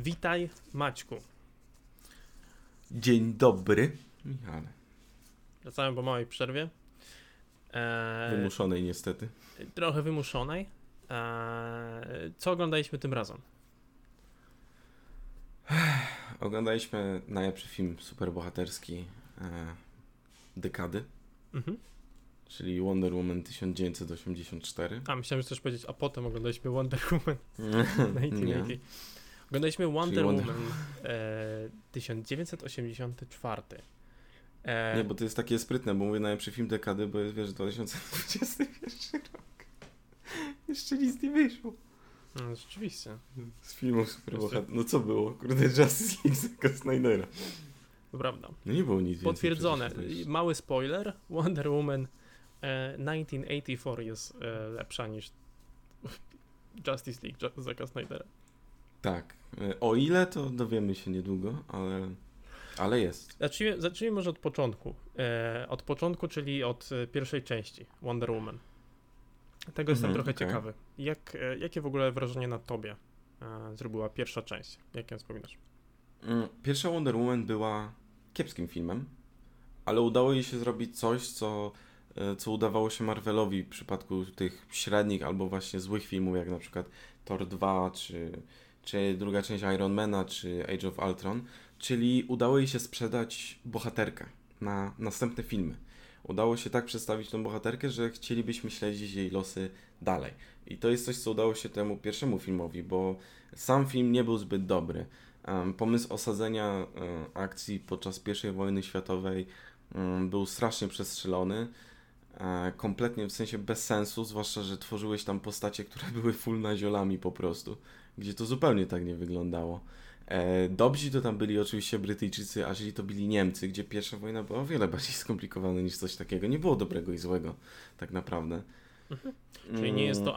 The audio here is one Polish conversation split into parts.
Witaj, Maćku. Dzień dobry, Michale. Wracamy po małej przerwie. Wymuszonej niestety. Trochę wymuszonej. Co oglądaliśmy tym razem? Oglądaliśmy najlepszy film superbohaterski dekady, czyli Wonder Woman 1984. Myślałem, że chcesz powiedzieć, a potem oglądaliśmy Wonder Woman 1980. Oglądaliśmy Wonder Woman 1984. Nie, bo to jest takie sprytne, bo mówię najlepszy film dekady, bo jest, wiesz, 2021 rok. Jeszcze nic nie wyszło. No, rzeczywiście. Z filmów superbohaterskich. No co było? Kurde, Justice League Zacka Snydera. To prawda. No nie było nic więcej. Potwierdzone. Mały spoiler. Wonder Woman 1984 jest lepsza niż Justice League Zacka Snydera. Tak. O ile, to dowiemy się niedługo, ale jest. Zacznijmy może od początku. Od początku, czyli od pierwszej części Wonder Woman. Tego jestem trochę ciekawy. Jakie w ogóle wrażenie na tobie zrobiła pierwsza część? Jak ją wspominasz? Pierwsza Wonder Woman była kiepskim filmem, ale udało jej się zrobić coś, co udawało się Marvelowi w przypadku tych średnich albo właśnie złych filmów, jak na przykład Thor 2, czy druga część Ironmana, czy Age of Ultron, czyli udało jej się sprzedać bohaterkę na następne filmy. Udało się tak przedstawić tą bohaterkę, że chcielibyśmy śledzić jej losy dalej. I to jest coś, co udało się temu pierwszemu filmowi, bo sam film nie był zbyt dobry. Pomysł osadzenia akcji podczas I wojny światowej był strasznie przestrzelony. Kompletnie w sensie bez sensu, zwłaszcza, że tworzyłeś tam postacie, które były full naziolami po prostu, gdzie to zupełnie tak nie wyglądało. Dobrzy to tam byli oczywiście Brytyjczycy, a źli to byli Niemcy, gdzie pierwsza wojna była o wiele bardziej skomplikowana niż coś takiego. Nie było dobrego i złego, tak naprawdę. Czyli nie jest to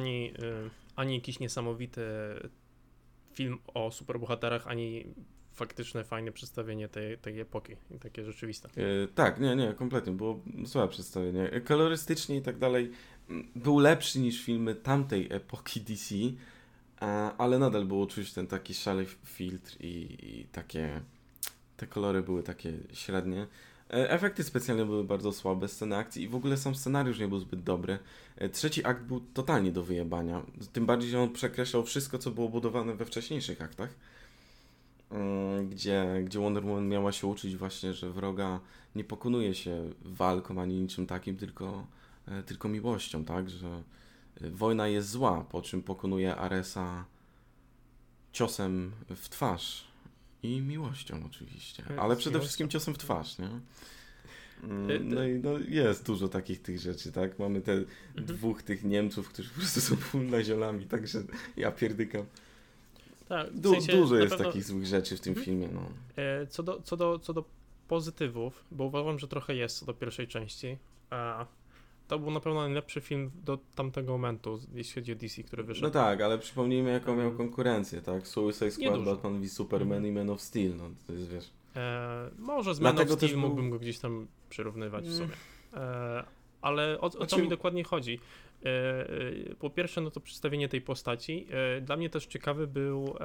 ani jakiś niesamowity film o superbohaterach, ani faktyczne, fajne przedstawienie tej epoki i takie rzeczywiste. Tak, nie, kompletnie. Było słabe przedstawienie. Kolorystycznie i tak dalej był lepszy niż filmy tamtej epoki DC, ale nadal było czuć ten taki szary filtr i takie, te kolory były takie średnie. Efekty specjalne były bardzo słabe, sceny akcji i w ogóle sam scenariusz nie był zbyt dobry. Trzeci akt był totalnie do wyjebania, tym bardziej, że on przekreślał wszystko, co było budowane we wcześniejszych aktach, gdzie Wonder Woman miała się uczyć właśnie, że wroga nie pokonuje się walką ani niczym takim, tylko miłością, tak, że wojna jest zła, po czym pokonuje Aresa ciosem w twarz i miłością oczywiście, ale przede wszystkim ciosem w twarz, nie? No jest dużo takich tych rzeczy, tak? Mamy te dwóch tych Niemców, którzy po prostu są full naziolami, także ja pierdykam. Tak, dużo jest takich złych rzeczy w tym filmie, no. Co do pozytywów, bo uważam, że trochę jest co do pierwszej części, to był na pewno najlepszy film do tamtego momentu, jeśli chodzi o DC, który wyszedł. No tak, ale przypomnijmy, jaką miał konkurencję, tak? Suicide Squad, Batman v Superman i Man of Steel, no to jest, wiesz... Może z Man of Steel mógłbym go gdzieś tam przyrównywać w sumie. Ale o co mi dokładnie chodzi? Po pierwsze, no to przedstawienie tej postaci. Dla mnie też ciekawy był,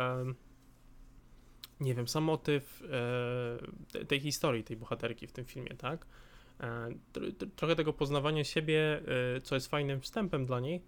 nie wiem, sam motyw tej historii, tej bohaterki w tym filmie, tak? Trochę tego poznawania siebie, co jest fajnym wstępem dla niej.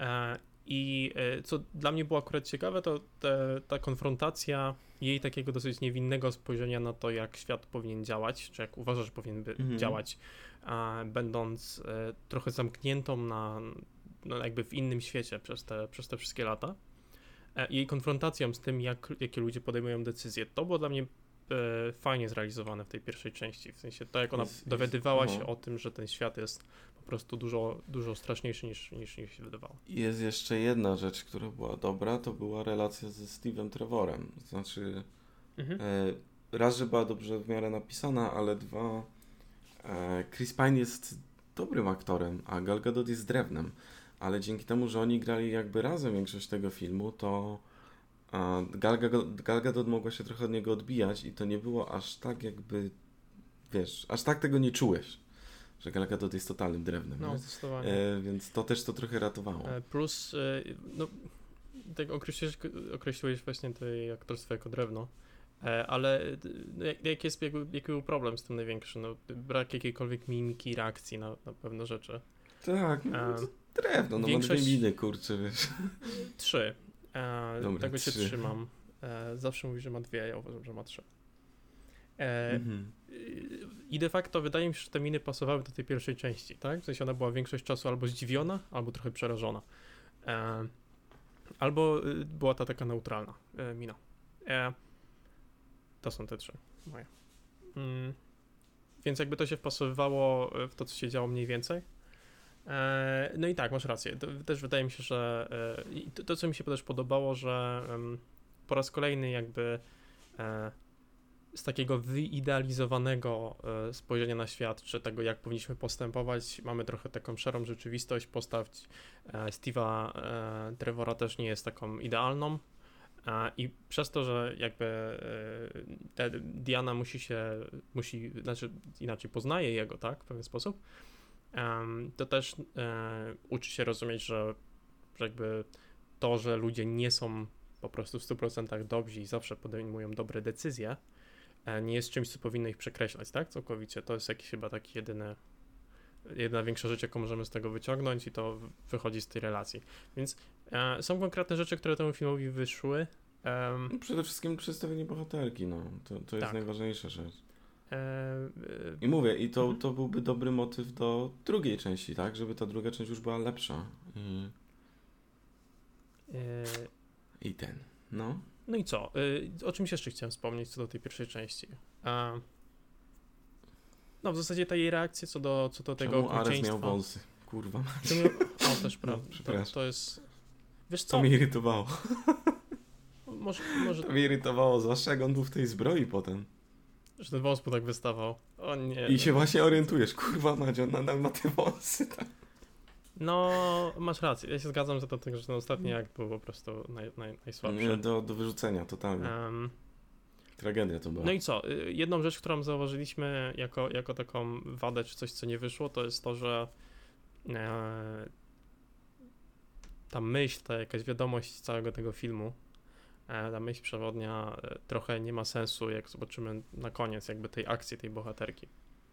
I co dla mnie było akurat ciekawe, to ta konfrontacja jej takiego dosyć niewinnego spojrzenia na to, jak świat powinien działać, czy jak uważa, że powinien działać, będąc trochę zamkniętą jakby w innym świecie przez te wszystkie lata. Jej konfrontacją z tym, jakie ludzie podejmują decyzje, to było dla mnie fajnie zrealizowane w tej pierwszej części. W sensie to, jak ona dowiadywała się o tym, że ten świat jest po prostu dużo straszniejszy niż się wydawało. Jest jeszcze jedna rzecz, która była dobra, to była relacja ze Steve'em Trevorem. Znaczy, raz, że była dobrze w miarę napisana, ale dwa, Chris Pine jest dobrym aktorem, a Gal Gadot jest drewnem. Ale dzięki temu, że oni grali jakby razem większość tego filmu, to Gal Gadot mogła się trochę od niego odbijać i to nie było aż tak jakby, wiesz, aż tak tego nie czułeś, że Gal Gadot jest totalnym drewnem. No, zdecydowanie. Więc to też to trochę ratowało. Plus, no, tak określiłeś właśnie tej aktorstwo jako drewno, ale jaki był problem z tym największy? No, brak jakiejkolwiek mimiki, reakcji na pewne rzeczy. Tak, no to drewno, no większość... mam 2 miny, kurczę, wiesz. 3. Dobra, tego 3. się trzymam. Zawsze mówi, że ma 2, ja uważam, że ma 3. I de facto wydaje mi się, że te miny pasowały do tej pierwszej części, tak? W sensie ona była większość czasu albo zdziwiona, albo trochę przerażona. Albo była ta taka neutralna mina. To są te 3 moje. Więc jakby to się wpasowywało w to, co się działo mniej więcej. No i tak, masz rację. Też wydaje mi się, że to, co mi się też podobało, że po raz kolejny jakby z takiego wyidealizowanego spojrzenia na świat, czy tego, jak powinniśmy postępować, mamy trochę taką szarą rzeczywistość. Postać Steve'a Trevora też nie jest taką idealną i przez to, że jakby Diana znaczy inaczej poznaje jego, tak, w pewien sposób, to też uczy się rozumieć, że jakby to, że ludzie nie są po prostu w 100% dobrzy i zawsze podejmują dobre decyzje, nie jest czymś, co powinno ich przekreślać, tak? Całkowicie. To jest jakiś chyba taki jedyna większa rzecz, jaką możemy z tego wyciągnąć i to wychodzi z tej relacji. Więc są konkretne rzeczy, które temu filmowi wyszły. Przede wszystkim przedstawienie bohaterki, no. To jest tak. najważniejsza rzecz. I mówię, i to byłby dobry motyw do drugiej części, tak? Żeby ta druga część już była lepsza. I ten, no. No i co? O czymś jeszcze chciałem wspomnieć co do tej pierwszej części. No w zasadzie ta jej reakcja co do tego okrucieństwa. Ares miał wąsy? Kurwa. O, też prawda. No, to jest... Wiesz co? To mnie irytowało. Może... To mnie irytowało, zwłaszcza jak on był w tej zbroi potem. Że ten wąs mu tak wystawał. O nie. I się właśnie orientujesz, kurwa Madzio, nadal ma te wąsy, tak. No, masz rację. Ja się zgadzam, że że ten ostatni akt był po prostu najsłabszy. Nie, do wyrzucenia, totalnie. Tragedia to była. No i co? Jedną rzecz, którą zauważyliśmy jako taką wadę, czy coś, co nie wyszło, to jest to, że ta myśl, ta jakaś wiadomość całego tego filmu, ta myśl przewodnia trochę nie ma sensu, jak zobaczymy na koniec jakby tej akcji, tej bohaterki.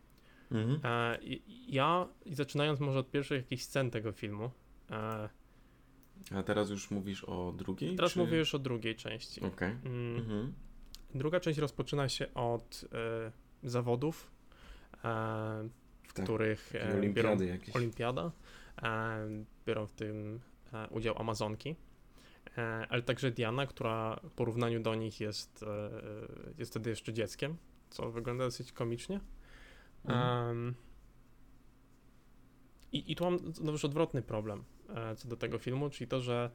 Ja, zaczynając może od pierwszych jakichś scen tego filmu. A teraz już mówisz o drugiej? Teraz mówię już o drugiej części. Okej. Druga część rozpoczyna się od zawodów, w których biorą w tym udział Amazonki, ale także Diana, która w porównaniu do nich jest wtedy jeszcze dzieckiem, co wygląda dosyć komicznie. I tu mam już odwrotny problem co do tego filmu, czyli to, że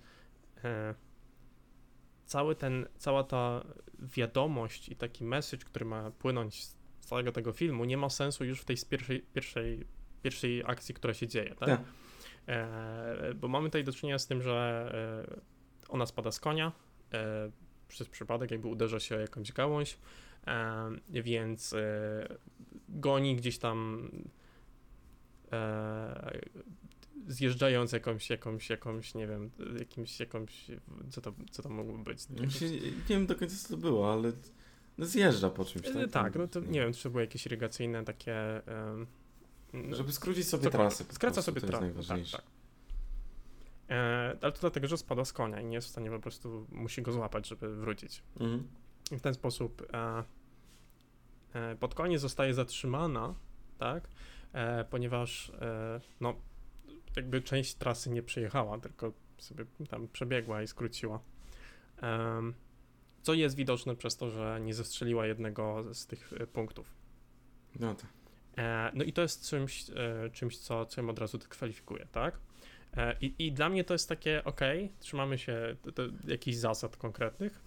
cała ta wiadomość i taki message, który ma płynąć z całego tego filmu, nie ma sensu już w tej pierwszej akcji, która się dzieje, tak? Bo mamy tutaj do czynienia z tym, że ona spada z konia, przez przypadek jakby uderza się o jakąś gałąź, więc goni gdzieś tam zjeżdżając jakąś, nie wiem, co to mogłoby być? Nie wiem do końca co to było, ale zjeżdża po czymś. Tak, no to nie wiem, czy to były jakieś irygacyjne takie... Żeby skrócić sobie trasę. Skraca sobie trasę, najważniejsze. tak. Ale to dlatego, że spada z konia i nie jest w stanie po prostu, musi go złapać, żeby wrócić. I w ten sposób pod koniec zostaje zatrzymana, tak, ponieważ no jakby część trasy nie przejechała, tylko sobie tam przebiegła i skróciła. Co jest widoczne przez to, że nie zestrzeliła jednego z tych punktów. No tak. No i to jest czymś co ją od razu dyskwalifikuje, tak? I dla mnie to jest takie, trzymamy się jakichś zasad konkretnych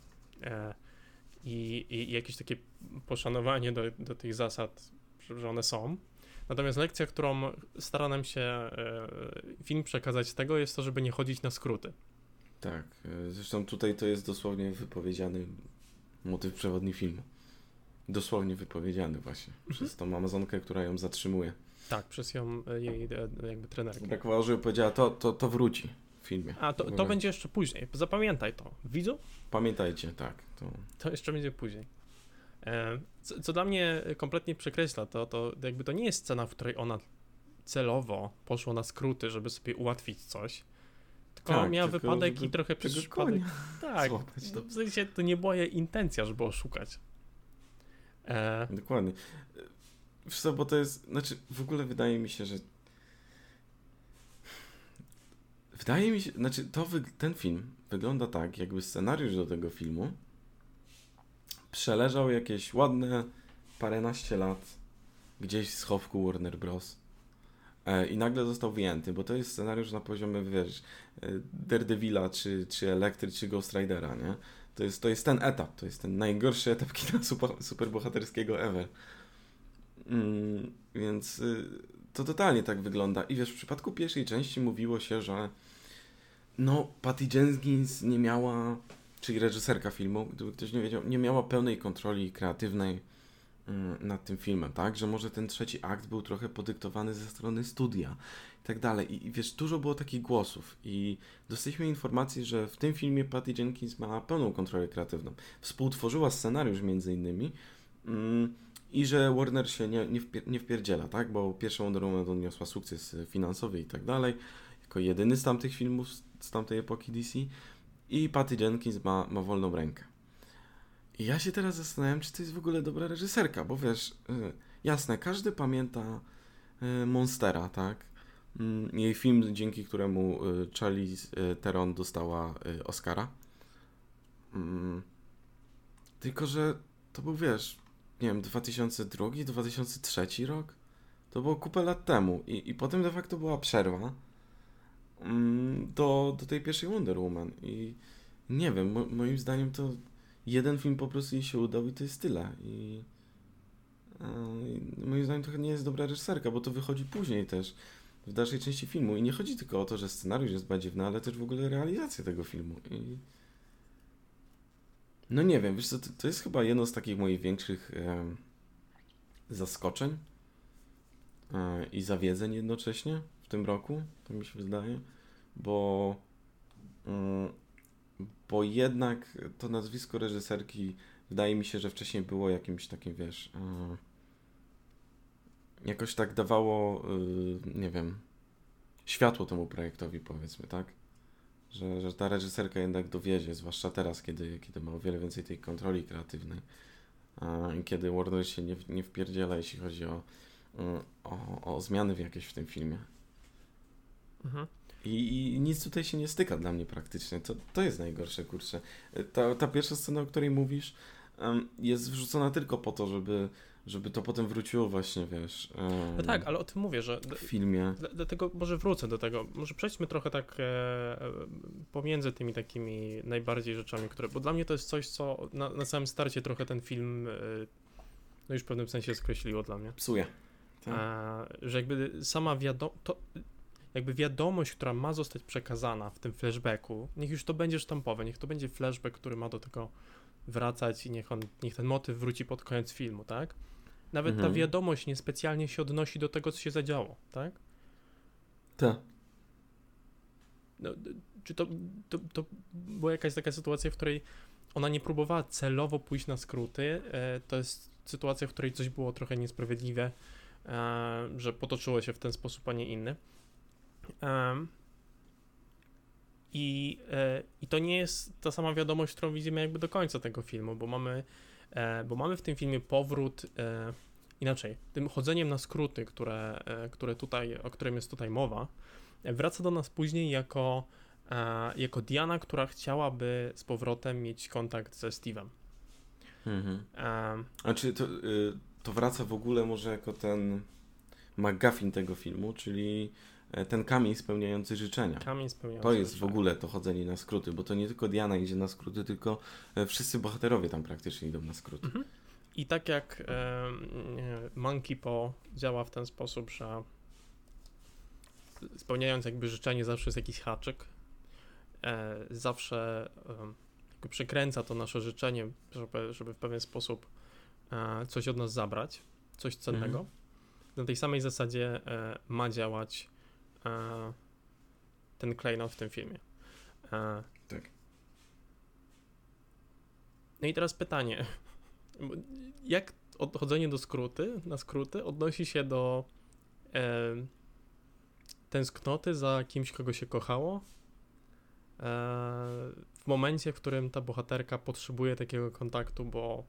i jakieś takie poszanowanie do tych zasad, że one są. Natomiast lekcja, którą stara nam się film przekazać z tego, jest to, żeby nie chodzić na skróty. Tak, zresztą tutaj to jest dosłownie wypowiedziany motyw przewodni filmu. Dosłownie wypowiedziany właśnie przez tą Amazonkę, która ją zatrzymuje. Tak, przez jej jakby trenerkę. Brakowało, żeby powiedziała, to wróci w filmie. A to będzie jeszcze później. Zapamiętaj to. Widzu? Pamiętajcie, tak. To jeszcze będzie później. Co dla mnie kompletnie przekreśla, to jakby to nie jest scena, w której ona celowo poszła na skróty, żeby sobie ułatwić coś, tylko miała wypadek i trochę przez przypadek. Tak, w sensie to nie była jej intencja, żeby oszukać. Dokładnie. Wiesz co, bo to jest, znaczy w ogóle wydaje mi się, że ten film wygląda tak, jakby scenariusz do tego filmu przeleżał jakieś ładne paręnaście lat gdzieś w schowku Warner Bros. I nagle został wyjęty, bo to jest scenariusz na poziomie, wiesz, Daredevila, czy Elektry, czy Ghost Ridera, nie? To jest ten etap, to jest ten najgorszy etap kina superbohaterskiego ever. Więc to totalnie tak wygląda. I wiesz, w przypadku pierwszej części mówiło się, że Patty Jenkins nie miała, czyli reżyserka filmu, gdyby ktoś nie wiedział, nie miała pełnej kontroli kreatywnej nad tym filmem, tak? Że może ten trzeci akt był trochę podyktowany ze strony studia i tak dalej. I wiesz, dużo było takich głosów i dostaliśmy informacji, że w tym filmie Patty Jenkins ma pełną kontrolę kreatywną. Współtworzyła scenariusz między innymi i że Warner się nie wpierdziela, tak? Bo pierwsza Wonder Woman odniosła sukces finansowy i tak dalej, jako jedyny z tamtych filmów, z tamtej epoki DC i Patty Jenkins ma wolną rękę. I ja się teraz zastanawiam, czy to jest w ogóle dobra reżyserka, bo wiesz, jasne, każdy pamięta Monstera, tak? Jej film, dzięki któremu Charlize Theron dostała Oscara. Tylko że to był, wiesz, nie wiem, 2002, 2003 rok? To było kupę lat temu i potem de facto była przerwa do tej pierwszej Wonder Woman i nie wiem, moim zdaniem to jeden film po prostu jej się udał i to jest tyle i moim zdaniem to nie jest dobra reżyserka, bo to wychodzi później też w dalszej części filmu i nie chodzi tylko o to, że scenariusz jest badziewny, ale też w ogóle realizacja tego filmu i no nie wiem, wiesz co, to jest chyba jedno z takich moich większych zaskoczeń i zawiedzeń jednocześnie w tym roku, to mi się wydaje, bo jednak to nazwisko reżyserki wydaje mi się, że wcześniej było jakimś takim, wiesz, jakoś tak dawało, nie wiem, światło temu projektowi, powiedzmy, tak? Że ta reżyserka jednak dowiezie, zwłaszcza teraz, kiedy ma o wiele więcej tej kontroli kreatywnej i kiedy Warner się nie wpierdziela, jeśli chodzi o zmiany jakieś w tym filmie. Mhm. I nic tutaj się nie styka dla mnie praktycznie. To jest najgorsze, kurczę. Ta pierwsza scena, o której mówisz, jest wrzucona tylko po to, żeby to potem wróciło właśnie, wiesz... No tak, ale o tym mówię, że... W filmie. Dlatego może wrócę do tego. Może przejdźmy trochę tak pomiędzy tymi takimi najbardziej rzeczami, które... Bo dla mnie to jest coś, co na samym starcie trochę ten film no już w pewnym sensie skreśliło dla mnie. Psuje. Tak. Że jakby sama wiadomość, która ma zostać przekazana w tym flashbacku, niech już to będzie sztampowe, niech to będzie flashback, który ma do tego wracać i niech ten motyw wróci pod koniec filmu, tak? Nawet ta wiadomość niespecjalnie się odnosi do tego, co się zadziało, tak? Tak. No, czy to była jakaś taka sytuacja, w której ona nie próbowała celowo pójść na skróty, to jest sytuacja, w której coś było trochę niesprawiedliwe, że potoczyło się w ten sposób, a nie inny. I to nie jest ta sama wiadomość, którą widzimy jakby do końca tego filmu, bo mamy w tym filmie powrót, inaczej, tym chodzeniem na skróty, o którym jest tutaj mowa, wraca do nas później jako Diana, która chciałaby z powrotem mieć kontakt ze Steve'em. A czy to wraca w ogóle może jako ten McGuffin tego filmu, czyli ten kamień spełniający życzenia. To jest w ogóle to chodzenie na skróty, bo to nie tylko Diana idzie na skróty, tylko wszyscy bohaterowie tam praktycznie idą na skróty. I tak jak Monkey Paw działa w ten sposób, że spełniając jakby życzenie zawsze jest jakiś haczyk, zawsze jakby przekręca to nasze życzenie, żeby w pewien sposób coś od nas zabrać, coś cennego. Na tej samej zasadzie ma działać ten klejnot w tym filmie. Tak. No i teraz pytanie, jak odchodzenie na skróty odnosi się do tęsknoty za kimś, kogo się kochało, w momencie, w którym ta bohaterka potrzebuje takiego kontaktu, bo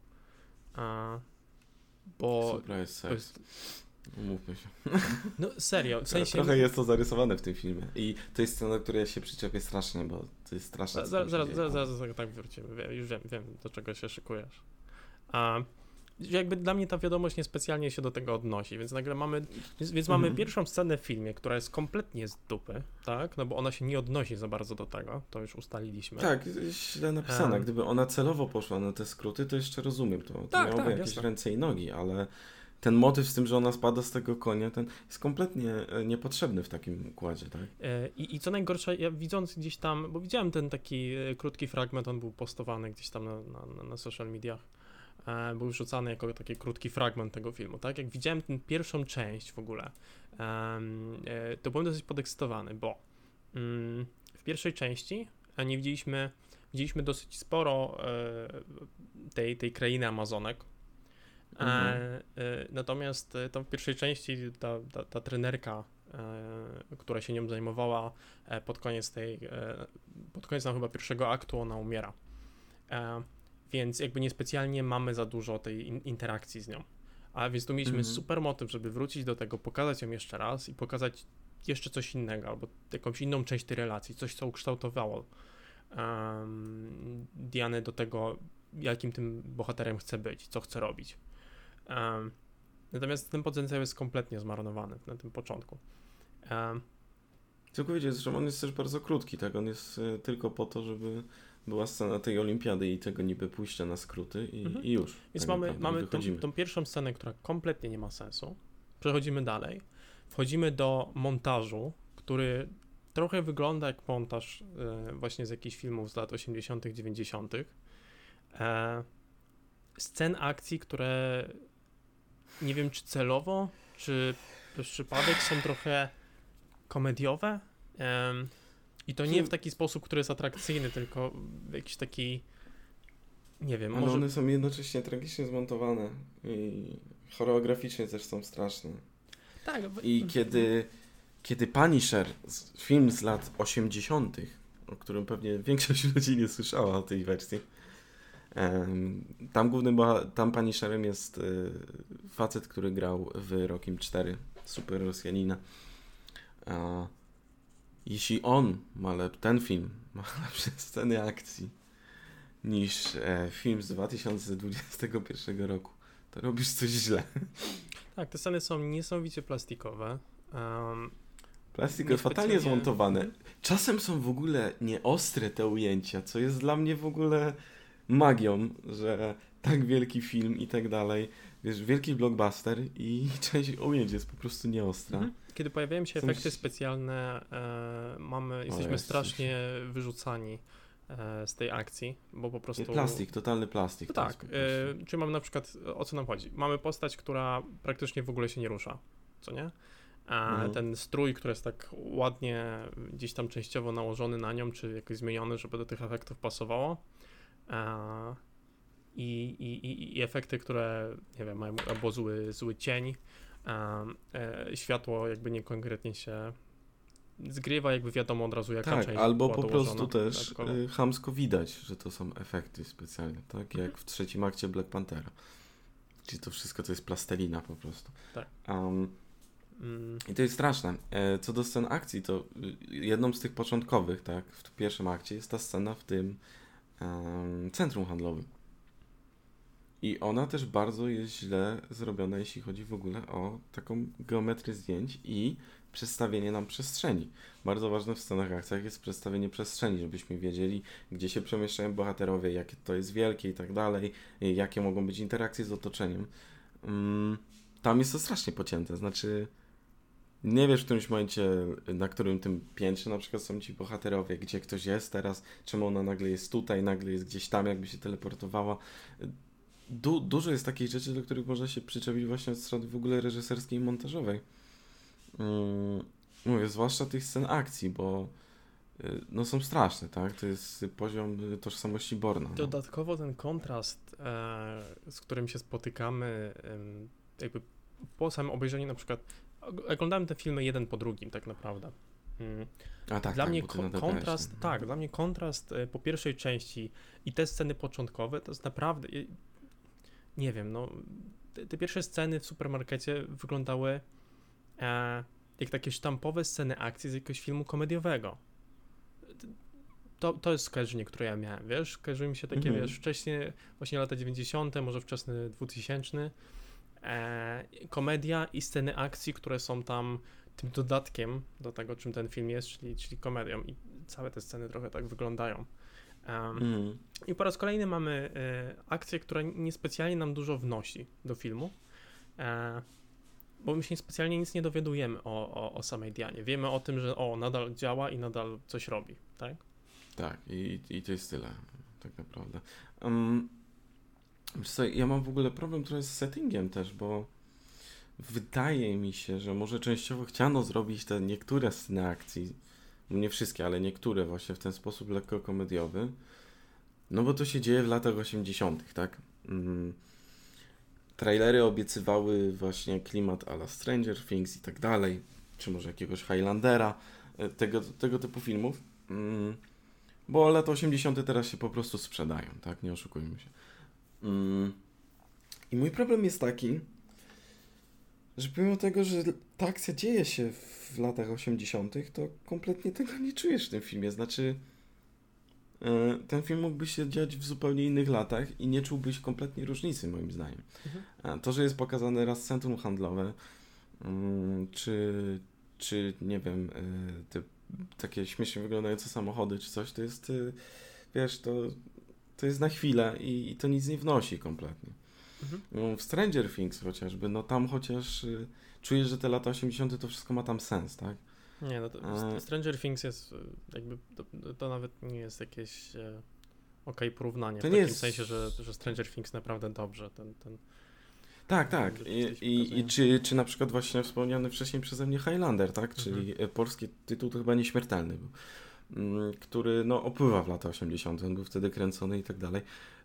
Surprise sex. Umówmy się. No serio, w sensie... Trochę jest to zarysowane w tym filmie i to jest scena, do której ja się przyczepię strasznie, bo to jest straszne. Zaraz tak wrócimy, już wiem, do czego się szykujesz. Jakby dla mnie ta wiadomość niespecjalnie się do tego odnosi, więc nagle mamy pierwszą scenę w filmie, która jest kompletnie z dupy, tak? No bo ona się nie odnosi za bardzo do tego, to już ustaliliśmy. Tak, jest źle napisana. Gdyby ona celowo poszła na te skróty, to jeszcze rozumiem. To miałoby jakieś jasne. Ręce i nogi, ale ten motyw z tym, że ona spada z tego konia, ten jest kompletnie niepotrzebny w takim układzie, tak? I co najgorsze, ja widząc gdzieś tam, bo widziałem ten taki krótki fragment, on był postowany gdzieś tam na social mediach, był wrzucany jako taki krótki fragment tego filmu, tak? Jak widziałem tę pierwszą część w ogóle, to byłem dosyć podekscytowany, bo w pierwszej części nie widzieliśmy dosyć sporo tej krainy Amazonek. Natomiast tam w pierwszej części ta trenerka, która się nią zajmowała, pod koniec tam chyba pierwszego aktu ona umiera. Więc jakby niespecjalnie mamy za dużo tej interakcji z nią. A więc tu mieliśmy super motyw, żeby wrócić do tego, pokazać ją jeszcze raz i pokazać jeszcze coś innego, albo jakąś inną część tej relacji, coś co ukształtowało Dianę do tego, jakim tym bohaterem chce być, co chce robić. Natomiast ten potencjał jest kompletnie zmarnowany na tym początku. Całkowicie, zresztą on jest też bardzo krótki, tak? On jest tylko po to, żeby była scena tej olimpiady i tego niby pójścia na skróty i już. Więc tak mamy tą pierwszą scenę, która kompletnie nie ma sensu. Przechodzimy dalej. Wchodzimy do montażu, który trochę wygląda jak montaż właśnie z jakichś filmów z lat 80., 90. Scen akcji, które nie wiem, czy celowo, czy przez przypadek są trochę komediowe. I to nie w taki sposób, który jest atrakcyjny, tylko w jakiś taki, nie wiem, ale one są jednocześnie tragicznie zmontowane i choreograficznie też są straszne. Tak. I kiedy Punisher, film z lat 80., o którym pewnie większość ludzi nie słyszała o tej wersji, tam Punisherem jest facet, który grał w Rockim 4, super Rosjanina. Jeśli ten film ma lepsze sceny akcji niż film z 2021 roku, to robisz coś źle. Tak, te sceny są niesamowicie plastikowe. Plastikowe, fatalnie zmontowane. Czasem są w ogóle nieostre te ujęcia, co jest dla mnie w ogóle magią, że tak wielki film i tak dalej, wiesz, wielki blockbuster i część ujęć jest po prostu nieostra. Kiedy pojawiają się efekty specjalne, jesteśmy strasznie wyrzucani z tej akcji, bo po prostu... Plastik, totalny plastik. No tak, czy mamy na przykład, o co nam chodzi? Mamy postać, która praktycznie w ogóle się nie rusza, co nie? Ten strój, który jest tak ładnie gdzieś tam częściowo nałożony na nią, czy jakoś zmieniony, żeby do tych efektów pasowało. I efekty, które, nie wiem, mają albo zły cień, światło jakby niekonkretnie się zgrywa, jakby wiadomo od razu jaka część była albo po prostu też chamsko widać, że to są efekty specjalne, tak? Jak w trzecim akcie Black Panthera. Czyli to wszystko to jest plastelina po prostu. Tak. I to jest straszne. Co do scen akcji, to jedną z tych początkowych, tak, w pierwszym akcie jest ta scena w tym centrum handlowym. I ona też bardzo jest źle zrobiona, jeśli chodzi w ogóle o taką geometrię zdjęć i przedstawienie nam przestrzeni. Bardzo ważne w scenach akcjach jest przedstawienie przestrzeni, żebyśmy wiedzieli, gdzie się przemieszczają bohaterowie, jakie to jest wielkie i tak dalej, jakie mogą być interakcje z otoczeniem. Tam jest to strasznie pocięte, znaczy nie wiesz w którymś momencie, na którym tym piętrze na przykład są ci bohaterowie, gdzie ktoś jest teraz, czemu ona nagle jest tutaj, nagle jest gdzieś tam, jakby się teleportowała. Dużo jest takich rzeczy, do których można się przyczepić właśnie od strony w ogóle reżyserskiej i montażowej. Mówię, zwłaszcza tych scen akcji, bo no są straszne, tak? To jest poziom tożsamości Bourna. No. Dodatkowo ten kontrast, z którym się spotykamy, jakby po samym obejrzeniu na przykład, oglądałem te filmy jeden po drugim tak naprawdę. A tak, dla tak, mnie kontrast, dla mnie kontrast po pierwszej części i te sceny początkowe to jest naprawdę, nie wiem, no, te pierwsze sceny w supermarkecie wyglądały jak takie sztampowe sceny akcji z jakiegoś filmu komediowego. To jest skojarzenie, które ja miałem, wiesz, kojarzy mi się takie, wiesz, wcześniej, właśnie lata 90., może wczesny 2000, komedia i sceny akcji, które są tam tym dodatkiem do tego, czym ten film jest, czyli komedią i całe te sceny trochę tak wyglądają. I po raz kolejny mamy akcję, która niespecjalnie nam dużo wnosi do filmu, bo my się specjalnie nic nie dowiadujemy o samej Dianie. Wiemy o tym, że nadal działa i nadal coś robi, tak? Tak, i to jest tyle, tak naprawdę. Wiesz co, ja mam w ogóle problem trochę z settingiem też, bo wydaje mi się, że może częściowo chciano zrobić te niektóre sceny akcji, nie wszystkie, ale niektóre właśnie w ten sposób lekko komediowy, no bo to się dzieje w latach 80., tak? Trailery obiecywały właśnie klimat a la Stranger Things i tak dalej, czy może jakiegoś Highlandera, tego typu filmów. Bo lata 80. teraz się po prostu sprzedają, tak? Nie oszukujmy się. I mój problem jest taki, że pomimo tego, że ta akcja dzieje się w latach 80., to kompletnie tego nie czujesz w tym filmie. Znaczy, ten film mógłby się dziać w zupełnie innych latach i nie czułbyś kompletnie różnicy, moim zdaniem. To, że jest pokazane raz centrum handlowe, czy nie wiem, te takie śmiesznie wyglądające samochody czy coś, to jest, wiesz, to jest na chwilę i to nic nie wnosi kompletnie. W Stranger Things chociażby, no tam chociaż czujesz, że te lata 80. to wszystko ma tam sens, tak? Nie, no to Stranger Things jest jakby, to nawet nie jest jakieś okej porównanie, to w nie takim jest... sensie, że Stranger Things naprawdę dobrze, Tak. I czy na przykład właśnie wspomniany wcześniej przeze mnie Highlander, tak? Czyli polski tytuł to chyba Nieśmiertelny był, który no opływa w lata 80., on był wtedy kręcony i tak dalej.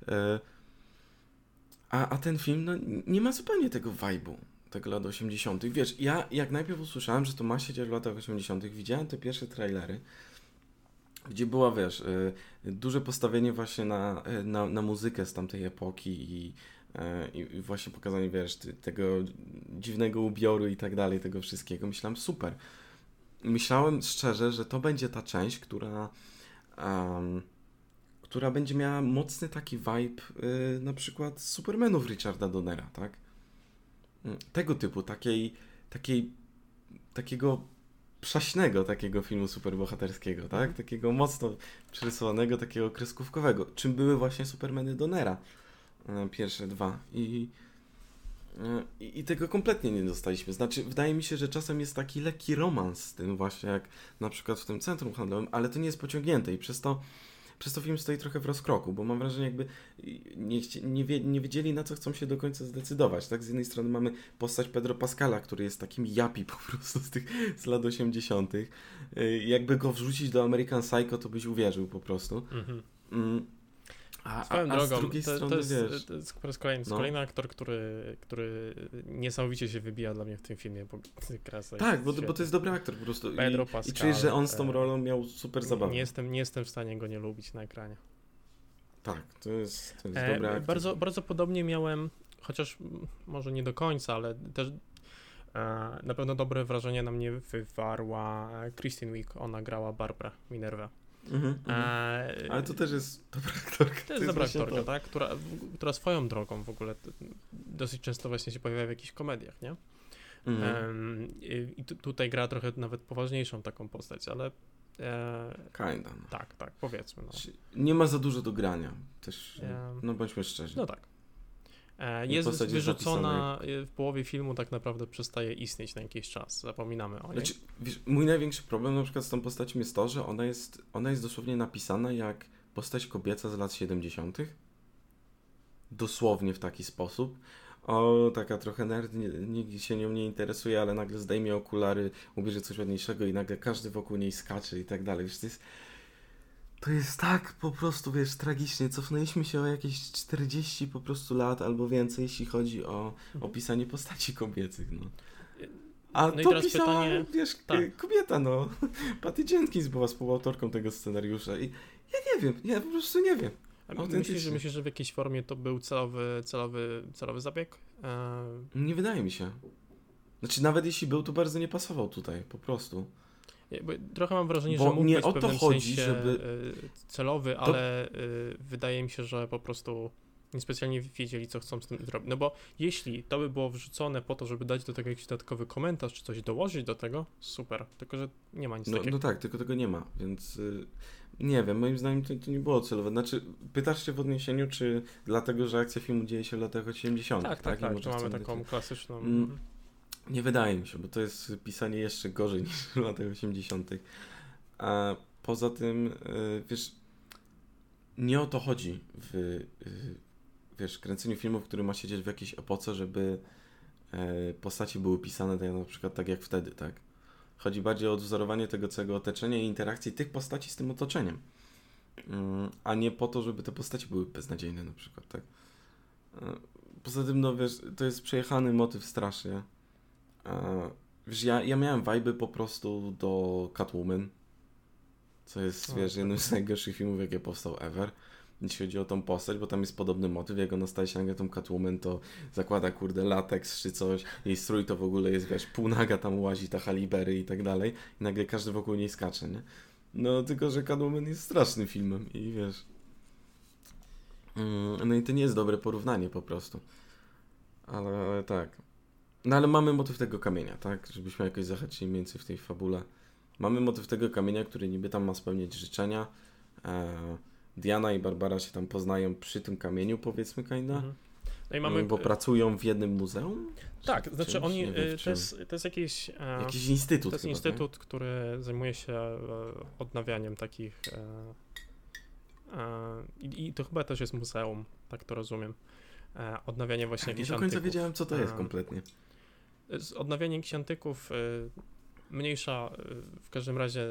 A ten film no, nie ma zupełnie tego vibe'u, tego lat 80. Wiesz, ja jak najpierw usłyszałem, że to ma się dziać w latach 80., widziałem te pierwsze trailery, gdzie była, wiesz, duże postawienie właśnie na muzykę z tamtej epoki i właśnie pokazanie, wiesz, tego dziwnego ubioru i tak dalej, tego wszystkiego. Myślałem, super. Myślałem szczerze, że to będzie ta część, która będzie miała mocny taki vibe na przykład Supermanów Richarda Donnera, tak? Tego typu, takiego przaśnego takiego filmu superbohaterskiego, tak? Takiego mocno przerysowanego, takiego kreskówkowego, czym były właśnie Supermany Donnera. Pierwsze dwa i tego kompletnie nie dostaliśmy. Znaczy, wydaje mi się, że czasem jest taki lekki romans z tym właśnie, jak na przykład w tym centrum handlowym, ale to nie jest pociągnięte i przez to film stoi trochę w rozkroku, bo mam wrażenie, jakby nie wiedzieli, na co chcą się do końca zdecydować, tak? Z jednej strony mamy postać Pedro Pascala, który jest takim yappie po prostu z lat 80. Jakby go wrzucić do American Psycho, to byś uwierzył po prostu. Swoją drogą, z drugiej strony, wiesz... To jest po raz kolejny aktor, który niesamowicie się wybija dla mnie w tym filmie, bo tak, bo to jest dobry aktor po prostu. Pedro Pascal, i czujesz, że on z tą rolą miał super zabawę. Nie jestem w stanie go nie lubić na ekranie. Tak, to jest dobry aktor. Bardzo podobnie miałem, chociaż może nie do końca, ale też na pewno dobre wrażenie na mnie wywarła Kristen Wiig. Ona grała Barbarę Minervę. Ale to też jest dobra aktorka. To jest dobra aktorka, tak? Która swoją drogą w ogóle dosyć często właśnie się pojawia w jakichś komediach, nie? I tutaj gra trochę nawet poważniejszą taką postać, ale kinda. No. Tak, powiedzmy. No. Nie ma za dużo do grania. Też, no bądźmy szczerzy. No tak. Jest wyrzucona w połowie filmu, tak naprawdę przestaje istnieć na jakiś czas. Zapominamy o niej. Znaczy, wiesz, mój największy problem na przykład z tą postacią jest to, że ona jest dosłownie napisana jak postać kobieca z lat 70. Dosłownie w taki sposób. o, taka trochę nerd, nikt się nią nie interesuje, ale nagle zdejmie okulary, ubierze coś ładniejszego i nagle każdy wokół niej skacze i tak dalej. Wiesz, to jest tak po prostu, wiesz, tragicznie. Cofnęliśmy się o jakieś 40 po prostu lat albo więcej, jeśli chodzi o opisanie postaci kobiecych, no. A no to pisała, pytanie, wiesz, tak. kobieta, no. Patty Jenkins była współautorką tego scenariusza i ja nie wiem, ja po prostu nie wiem. Myślisz, że w jakiejś formie to był celowy zabieg? Nie wydaje mi się. Znaczy, nawet jeśli był, to bardzo nie pasował tutaj, po prostu. Bo trochę mam wrażenie, Bo że mógł nie być o w to pewnym chodzi, sensie żeby... celowy, ale wydaje mi się, że po prostu niespecjalnie wiedzieli, co chcą z tym zrobić. No bo jeśli to by było wrzucone po to, żeby dać do tego jakiś dodatkowy komentarz, czy coś dołożyć do tego, super. Tylko, że nie ma nic takiego. No tak, tylko tego nie ma, więc nie wiem, moim zdaniem to nie było celowe. Znaczy, pytasz się w odniesieniu, czy dlatego, że akcja filmu dzieje się w latach 80. Tak, może mamy taką klasyczną... Nie wydaje mi się, bo to jest pisanie jeszcze gorzej niż w latach 80. A poza tym, wiesz, nie o to chodzi w wiesz, kręceniu filmów, który ma się dziać w jakiejś epoce, żeby postaci były pisane tak, na przykład tak jak wtedy, tak? Chodzi bardziej o odwzorowanie tego całego otoczenia i interakcji tych postaci z tym otoczeniem. A nie po to, żeby te postaci były beznadziejne na przykład, tak? Poza tym, no wiesz, to jest przejechany motyw strasznie. Wiesz, ja miałem vibe'y po prostu do Catwoman, co jest, wiesz, jednym z najgorszych filmów, jakie powstał ever, jeśli chodzi o tą postać, bo tam jest podobny motyw, jak ona staje się nagle tą Catwoman, to zakłada, kurde, lateks czy coś, jej strój to w ogóle jest, wiesz, półnaga tam łazi, ta Halibery i tak dalej, i nagle każdy wokół niej skacze, nie? No, tylko, że Catwoman jest strasznym filmem i wiesz... No i to nie jest dobre porównanie po prostu. Ale tak. No ale mamy motyw tego kamienia, tak? Żebyśmy jakoś zahaczyli mniej więcej w tej fabule. Mamy motyw tego kamienia, który niby tam ma spełniać życzenia. Diana i Barbara się tam poznają przy tym kamieniu, powiedzmy, kinda. No i mamy... Bo pracują w jednym muzeum? Tak, znaczy oni... To jest jakiś... Jakiś instytut. To jest chyba, instytut, który zajmuje się odnawianiem takich... I to chyba też jest muzeum, tak to rozumiem. Odnawianie właśnie jakichś antyków. Nie do końca wiedziałem, co to jest kompletnie. Odnawianie jakichś antyków mniejsza, w każdym razie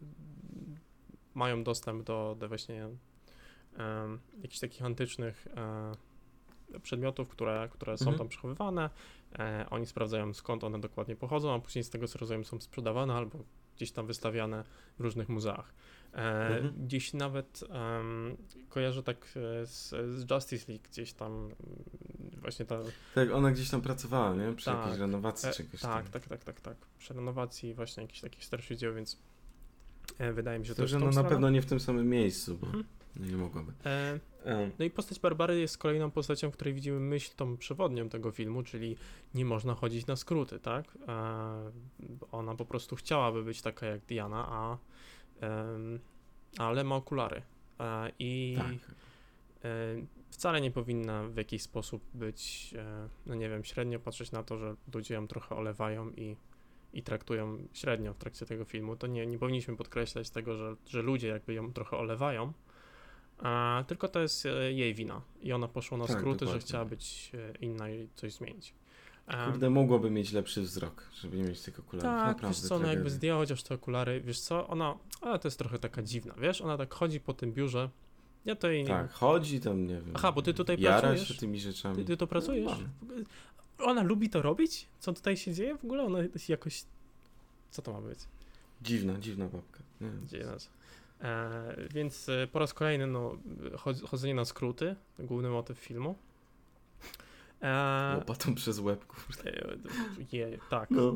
mają dostęp do właśnie jakichś takich antycznych przedmiotów, które są tam przechowywane. Oni sprawdzają, skąd one dokładnie pochodzą, a później z tego, co rozumiem, są sprzedawane albo gdzieś tam wystawiane w różnych muzeach. Gdzieś nawet kojarzę tak z Justice League, gdzieś tam właśnie ta... Tak, ona gdzieś tam pracowała, nie? Przy jakiejś renowacji czegoś tam. Tak. Przy renowacji właśnie jakichś takich starszych dzieł, więc wydaje mi się, to, że no na pewno nie w tym samym miejscu, bo nie mogłaby. No i postać Barbary jest kolejną postacią, w której widzimy myśl tą przewodnią tego filmu, czyli nie można chodzić na skróty, tak? Ona po prostu chciałaby być taka jak Diana, ale ma okulary. I wcale nie powinna w jakiś sposób być, no nie wiem, średnio patrzeć na to, że ludzie ją trochę olewają i traktują średnio w trakcie tego filmu. To nie powinniśmy podkreślać tego, że ludzie jakby ją trochę olewają, tylko to jest jej wina. I ona poszła na skróty, dokładnie, że chciała być inna i coś zmienić. Kurde, mogłoby mieć lepszy wzrok, żeby nie mieć tych okularów. Tak, naprawdę, wiesz co, ona jakby zdjęła chociaż te okulary, wiesz co, ona to jest trochę taka dziwna, wiesz, ona tak chodzi po tym biurze, ja to jej nie... Tak, chodzi tam, nie wiem. Aha, bo ty tutaj jara pracujesz? się tymi rzeczami. Ty to pracujesz? Ona lubi to robić? Co tutaj się dzieje? W ogóle ona jakoś... Co to ma być? Dziwna babka. Dziwna. Więc po raz kolejny, no, chodzenie na skróty, główny motyw filmu. Łopatą przez łeb, kurde. Tak. No.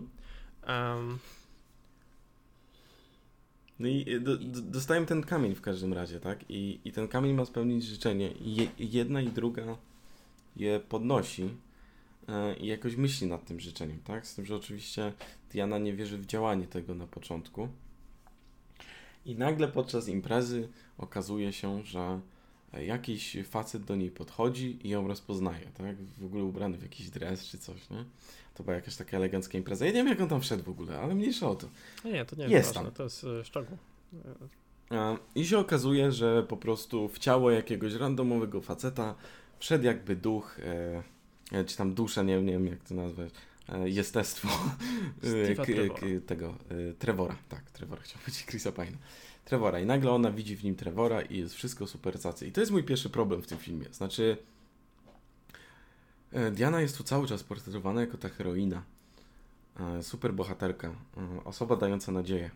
No i dostałem ten kamień w każdym razie, tak? I ten kamień ma spełnić życzenie. I jedna i druga je podnosi i jakoś myśli nad tym życzeniem, tak? Z tym, że oczywiście Diana nie wierzy w działanie tego na początku. I nagle podczas imprezy okazuje się, że jakiś facet do niej podchodzi i ją rozpoznaje, tak? W ogóle ubrany w jakiś dres czy coś, nie? To była jakaś taka elegancka impreza. Ja nie wiem, jak on tam wszedł w ogóle, ale mniejsza o to. Nie, to nie jest ważne, tam. To jest szczegół. I się okazuje, że po prostu w ciało jakiegoś randomowego faceta wszedł jakby duch czy tam duszę, nie wiem jak to nazwać, jestestwo tego Trevora. Tak, Trevora, chciał powiedzieć Chrisa Pine'a. Trevora i nagle ona widzi w nim Trevora i jest wszystko super cacy. I to jest mój pierwszy problem w tym filmie. Znaczy Diana jest tu cały czas portretowana jako ta heroina. Super bohaterka. Osoba dająca nadzieję.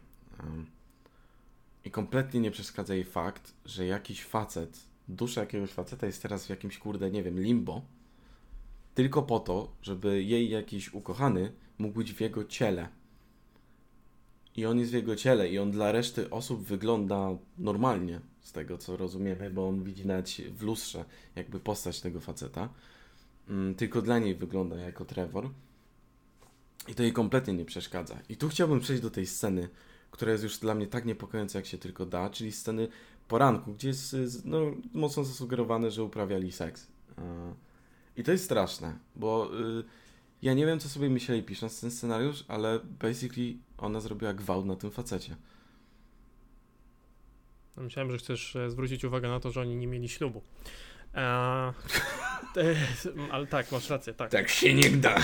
I kompletnie nie przeszkadza jej fakt, że jakiś facet, dusza jakiegoś faceta jest teraz w jakimś, nie wiem, limbo. Tylko po to, żeby jej jakiś ukochany mógł być w jego ciele. I on jest w jego ciele i on dla reszty osób wygląda normalnie, z tego co rozumiemy, bo on widzi nawet w lustrze jakby postać tego faceta. Tylko dla niej wygląda jako Trevor. I to jej kompletnie nie przeszkadza. I tu chciałbym przejść do tej sceny, która jest już dla mnie tak niepokojąca, jak się tylko da, czyli sceny poranku, gdzie jest mocno zasugerowane, że uprawiali seks. I to jest straszne, bo ja nie wiem, co sobie myśleli pisząc ten scenariusz, ale basically ona zrobiła gwałt na tym facecie. Myślałem, że chcesz zwrócić uwagę na to, że oni nie mieli ślubu. Ale tak, masz rację, tak. Tak się nie da.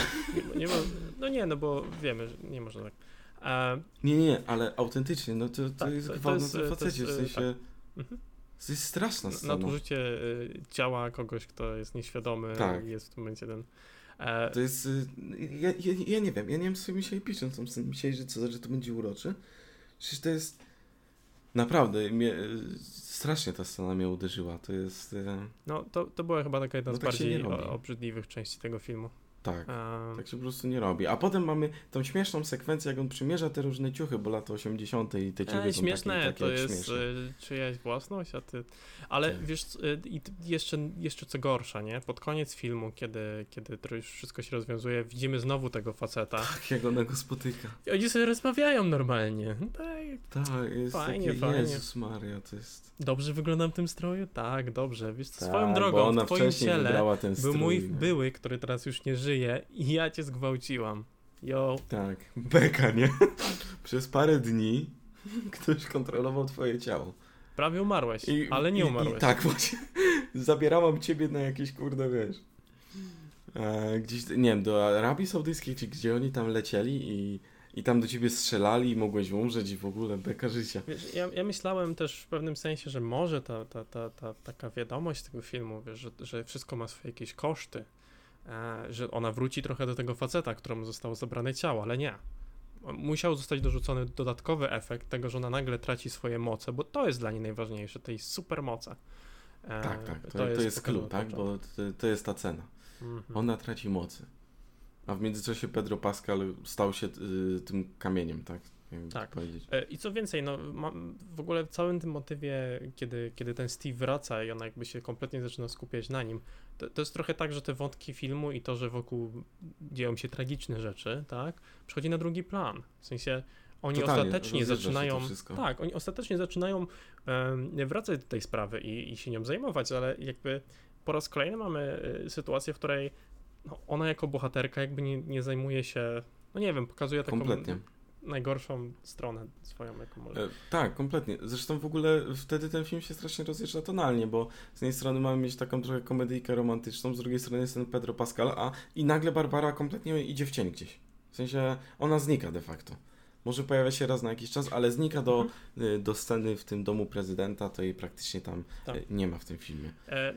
No bo wiemy, że nie można tak. Nie, ale autentycznie, to jest gwałt na tym facecie, w sensie... Tak. To jest straszna scena. Nadużycie ciała kogoś, kto jest nieświadomy i jest w tym momencie ten... To jest... Ja nie wiem, co sobie myśleli pisząc, myśleli, że to będzie uroczy. Przecież to jest... Naprawdę, strasznie ta scena mnie uderzyła, to jest... No, to była chyba taka jedna z bardziej obrzydliwych części tego filmu. Tak, tak się po prostu nie robi. A potem mamy tą śmieszną sekwencję, jak on przymierza te różne ciuchy, bo lata 80. i te ciuchy są śmieszne, takie to jest śmieszne. czyjaś własność, a ty... Ale tak. Wiesz, i jeszcze co gorsza, nie? Pod koniec filmu, kiedy to już wszystko się rozwiązuje, widzimy znowu tego faceta. Tak, jak ona go spotyka. I oni sobie rozmawiają normalnie. Tak, jest fajnie. Jezus Maria, to jest... Dobrze wyglądam w tym stroju? Tak, dobrze. Wiesz, swoją drogą, w twoim ciele był mój były, który teraz już nie żyje i ja cię zgwałciłam. Yo. Tak, beka, nie? Przez parę dni ktoś kontrolował twoje ciało. Prawie umarłeś, ale nie umarłeś. Tak, właśnie. Zabierałam ciebie na jakieś, wiesz... gdzieś, nie wiem, do Arabii Saudyjskiej, czy gdzie oni tam lecieli i tam do ciebie strzelali i mogłeś umrzeć i w ogóle beka życia. Wiesz, ja myślałem też w pewnym sensie, że może ta taka wiadomość tego filmu, wiesz, że wszystko ma swoje jakieś koszty, że ona wróci trochę do tego faceta, któremu zostało zabrane ciało, ale nie. Musiał zostać dorzucony dodatkowy efekt tego, że ona nagle traci swoje moce, bo to jest dla niej najważniejsze, tej supermoce. Tak, to jest clue, tak? Bo to jest ta cena. Ona traci mocy. A w międzyczasie Pedro Pascal stał się tym kamieniem, tak? Tak. I co więcej, w ogóle w całym tym motywie, kiedy ten Steve wraca i ona jakby się kompletnie zaczyna skupiać na nim, to jest trochę tak, że te wątki filmu i to, że wokół dzieją się tragiczne rzeczy, tak, przychodzi na drugi plan. W sensie oni ostatecznie zaczynają... Tak, oni ostatecznie zaczynają wracać do tej sprawy i się nią zajmować, ale jakby po raz kolejny mamy sytuację, w której ona jako bohaterka jakby nie zajmuje się, nie wiem, pokazuje taką najgorszą stronę swoją, jaką może. Tak, kompletnie. Zresztą w ogóle wtedy ten film się strasznie rozjeżdża tonalnie, bo z jednej strony mamy mieć taką trochę komedyjkę romantyczną, z drugiej strony jest ten Pedro Pascal, i nagle Barbara kompletnie idzie w cień gdzieś. W sensie ona znika de facto. Może pojawia się raz na jakiś czas, ale znika do sceny w tym domu prezydenta, to jej praktycznie tam nie ma w tym filmie.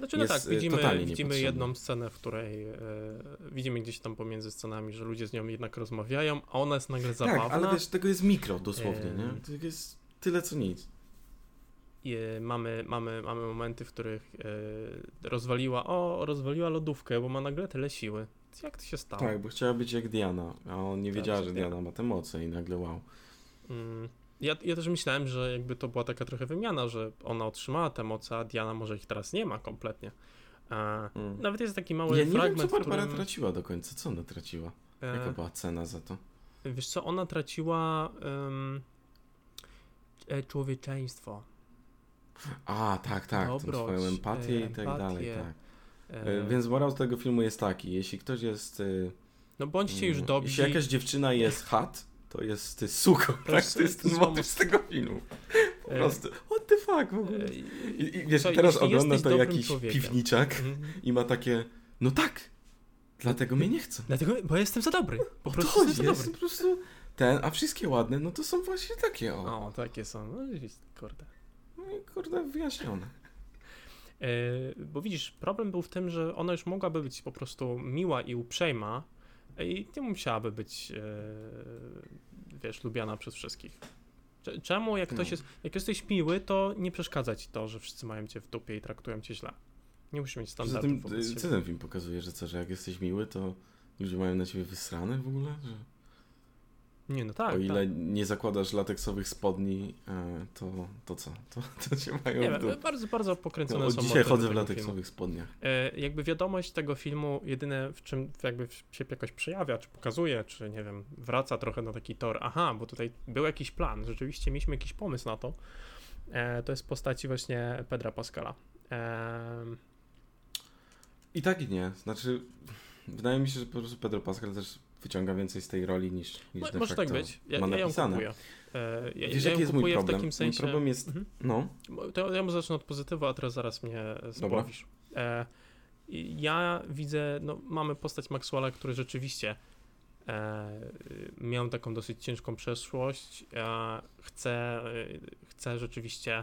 Widzimy jedną scenę, w której widzimy gdzieś tam pomiędzy scenami, że ludzie z nią jednak rozmawiają, a ona jest nagle zabawna. Tak, ale wiesz, tego jest mikro dosłownie, nie? To jest tyle co nic. Mamy momenty, w których rozwaliła lodówkę, bo ma nagle tyle siły. Jak to się stało? Tak, bo chciała być jak Diana, a on nie wiedziała, że Diana ma te moce i nagle wow. Ja też myślałem, że jakby to była taka trochę wymiana, że ona otrzymała te moce, a Diana może ich teraz nie ma kompletnie. Nawet jest taki mały fragment, Ja nie wiem, co Barbara traciła do końca. Co ona traciła? Jaka była cena za to? Wiesz co, ona traciła człowieczeństwo. Tak, tą swoją empatię i tak dalej, tak. Więc morał tego filmu jest taki, jeśli ktoś jest... bądźcie już dobrzy. Jeśli jakaś dziewczyna jest to jest suko, tak? To jest ten motyw z tego filmu. Po prostu, what the fuck w ogóle. I wiesz, teraz ogląda to jakiś piwniczak i ma takie, Dlatego mnie nie chcą. Dlatego, bo ja jestem za dobry. Po prostu chodzi, jestem za dobry. po prostu a wszystkie ładne, no to są właśnie takie, O, takie są. No rzeczywiście, kurde. No i kurde, wyjaśnione. Bo widzisz, problem był w tym, że ona już mogłaby być po prostu miła i uprzejma i nie musiałaby być, wiesz, lubiana przez wszystkich. Czemu, jak jak jesteś miły, to nie przeszkadza ci to, że wszyscy mają cię w dupie i traktują cię źle. Nie musisz mieć standardów wobec siebie. Co ten film pokazuje, że jak jesteś miły, to ludzie mają na ciebie wysrane w ogóle? Że... Nie, no tak. O ile nie zakładasz lateksowych spodni, to co? To cię mają nie wiem, bardzo, bardzo pokręcone są dzisiaj chodzę w lateksowych spodniach. Jakby wiadomość tego filmu, jedyne w czym jakby się jakoś przejawia, czy pokazuje, czy nie wiem, wraca trochę na taki tor, bo tutaj był jakiś plan, rzeczywiście mieliśmy jakiś pomysł na to, to jest w postaci właśnie Pedra Pascala. I tak i nie, znaczy wydaje mi się, że po prostu Pedro Pascal też wyciąga więcej z tej roli niż może tak być. ma napisane. Ja ją kupuję. Wiesz, jaki jest mój problem? W takim sensie... Mój problem jest... No. To ja może zacznę od pozytywu, a teraz zaraz mnie zbawisz. Ja widzę, mamy postać Maxwella, który rzeczywiście miał taką dosyć ciężką przeszłość. Chce rzeczywiście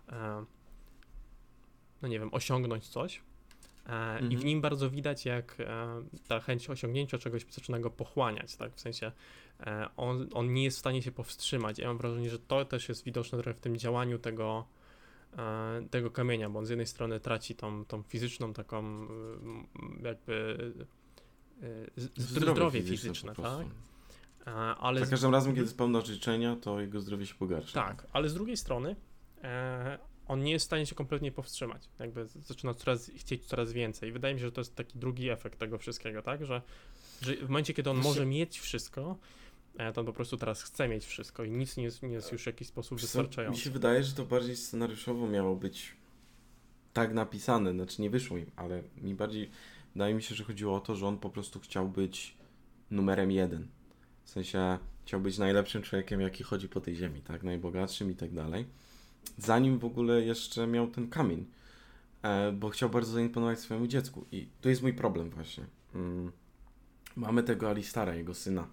nie wiem, osiągnąć coś. I w nim bardzo widać, jak ta chęć osiągnięcia czegoś zaczyna go pochłaniać, tak? W sensie on nie jest w stanie się powstrzymać. Ja mam wrażenie, że to też jest widoczne trochę w tym działaniu tego kamienia, bo on z jednej strony traci tą fizyczną taką jakby zdrowie fizyczne, tak? Ale za każdym razem, kiedy spełna życzenia, to jego zdrowie się pogarsza. Tak, ale z drugiej strony on nie jest w stanie się kompletnie powstrzymać. Jakby zaczyna chcieć coraz więcej. I wydaje mi się, że to jest taki drugi efekt tego wszystkiego, tak? Że w momencie, kiedy on może mieć wszystko, to on po prostu teraz chce mieć wszystko i nic nie jest już w jakiś sposób wystarczające. Mi się wydaje, że to bardziej scenariuszowo miało być tak napisane, znaczy nie wyszło im, ale wydaje mi się, że chodziło o to, że on po prostu chciał być numerem 1. W sensie chciał być najlepszym człowiekiem, jaki chodzi po tej ziemi, tak? Najbogatszym i tak dalej. Zanim w ogóle jeszcze miał ten kamień, bo chciał bardzo zaimponować swojemu dziecku. I to jest mój problem właśnie. Mamy tego Alistara, jego syna,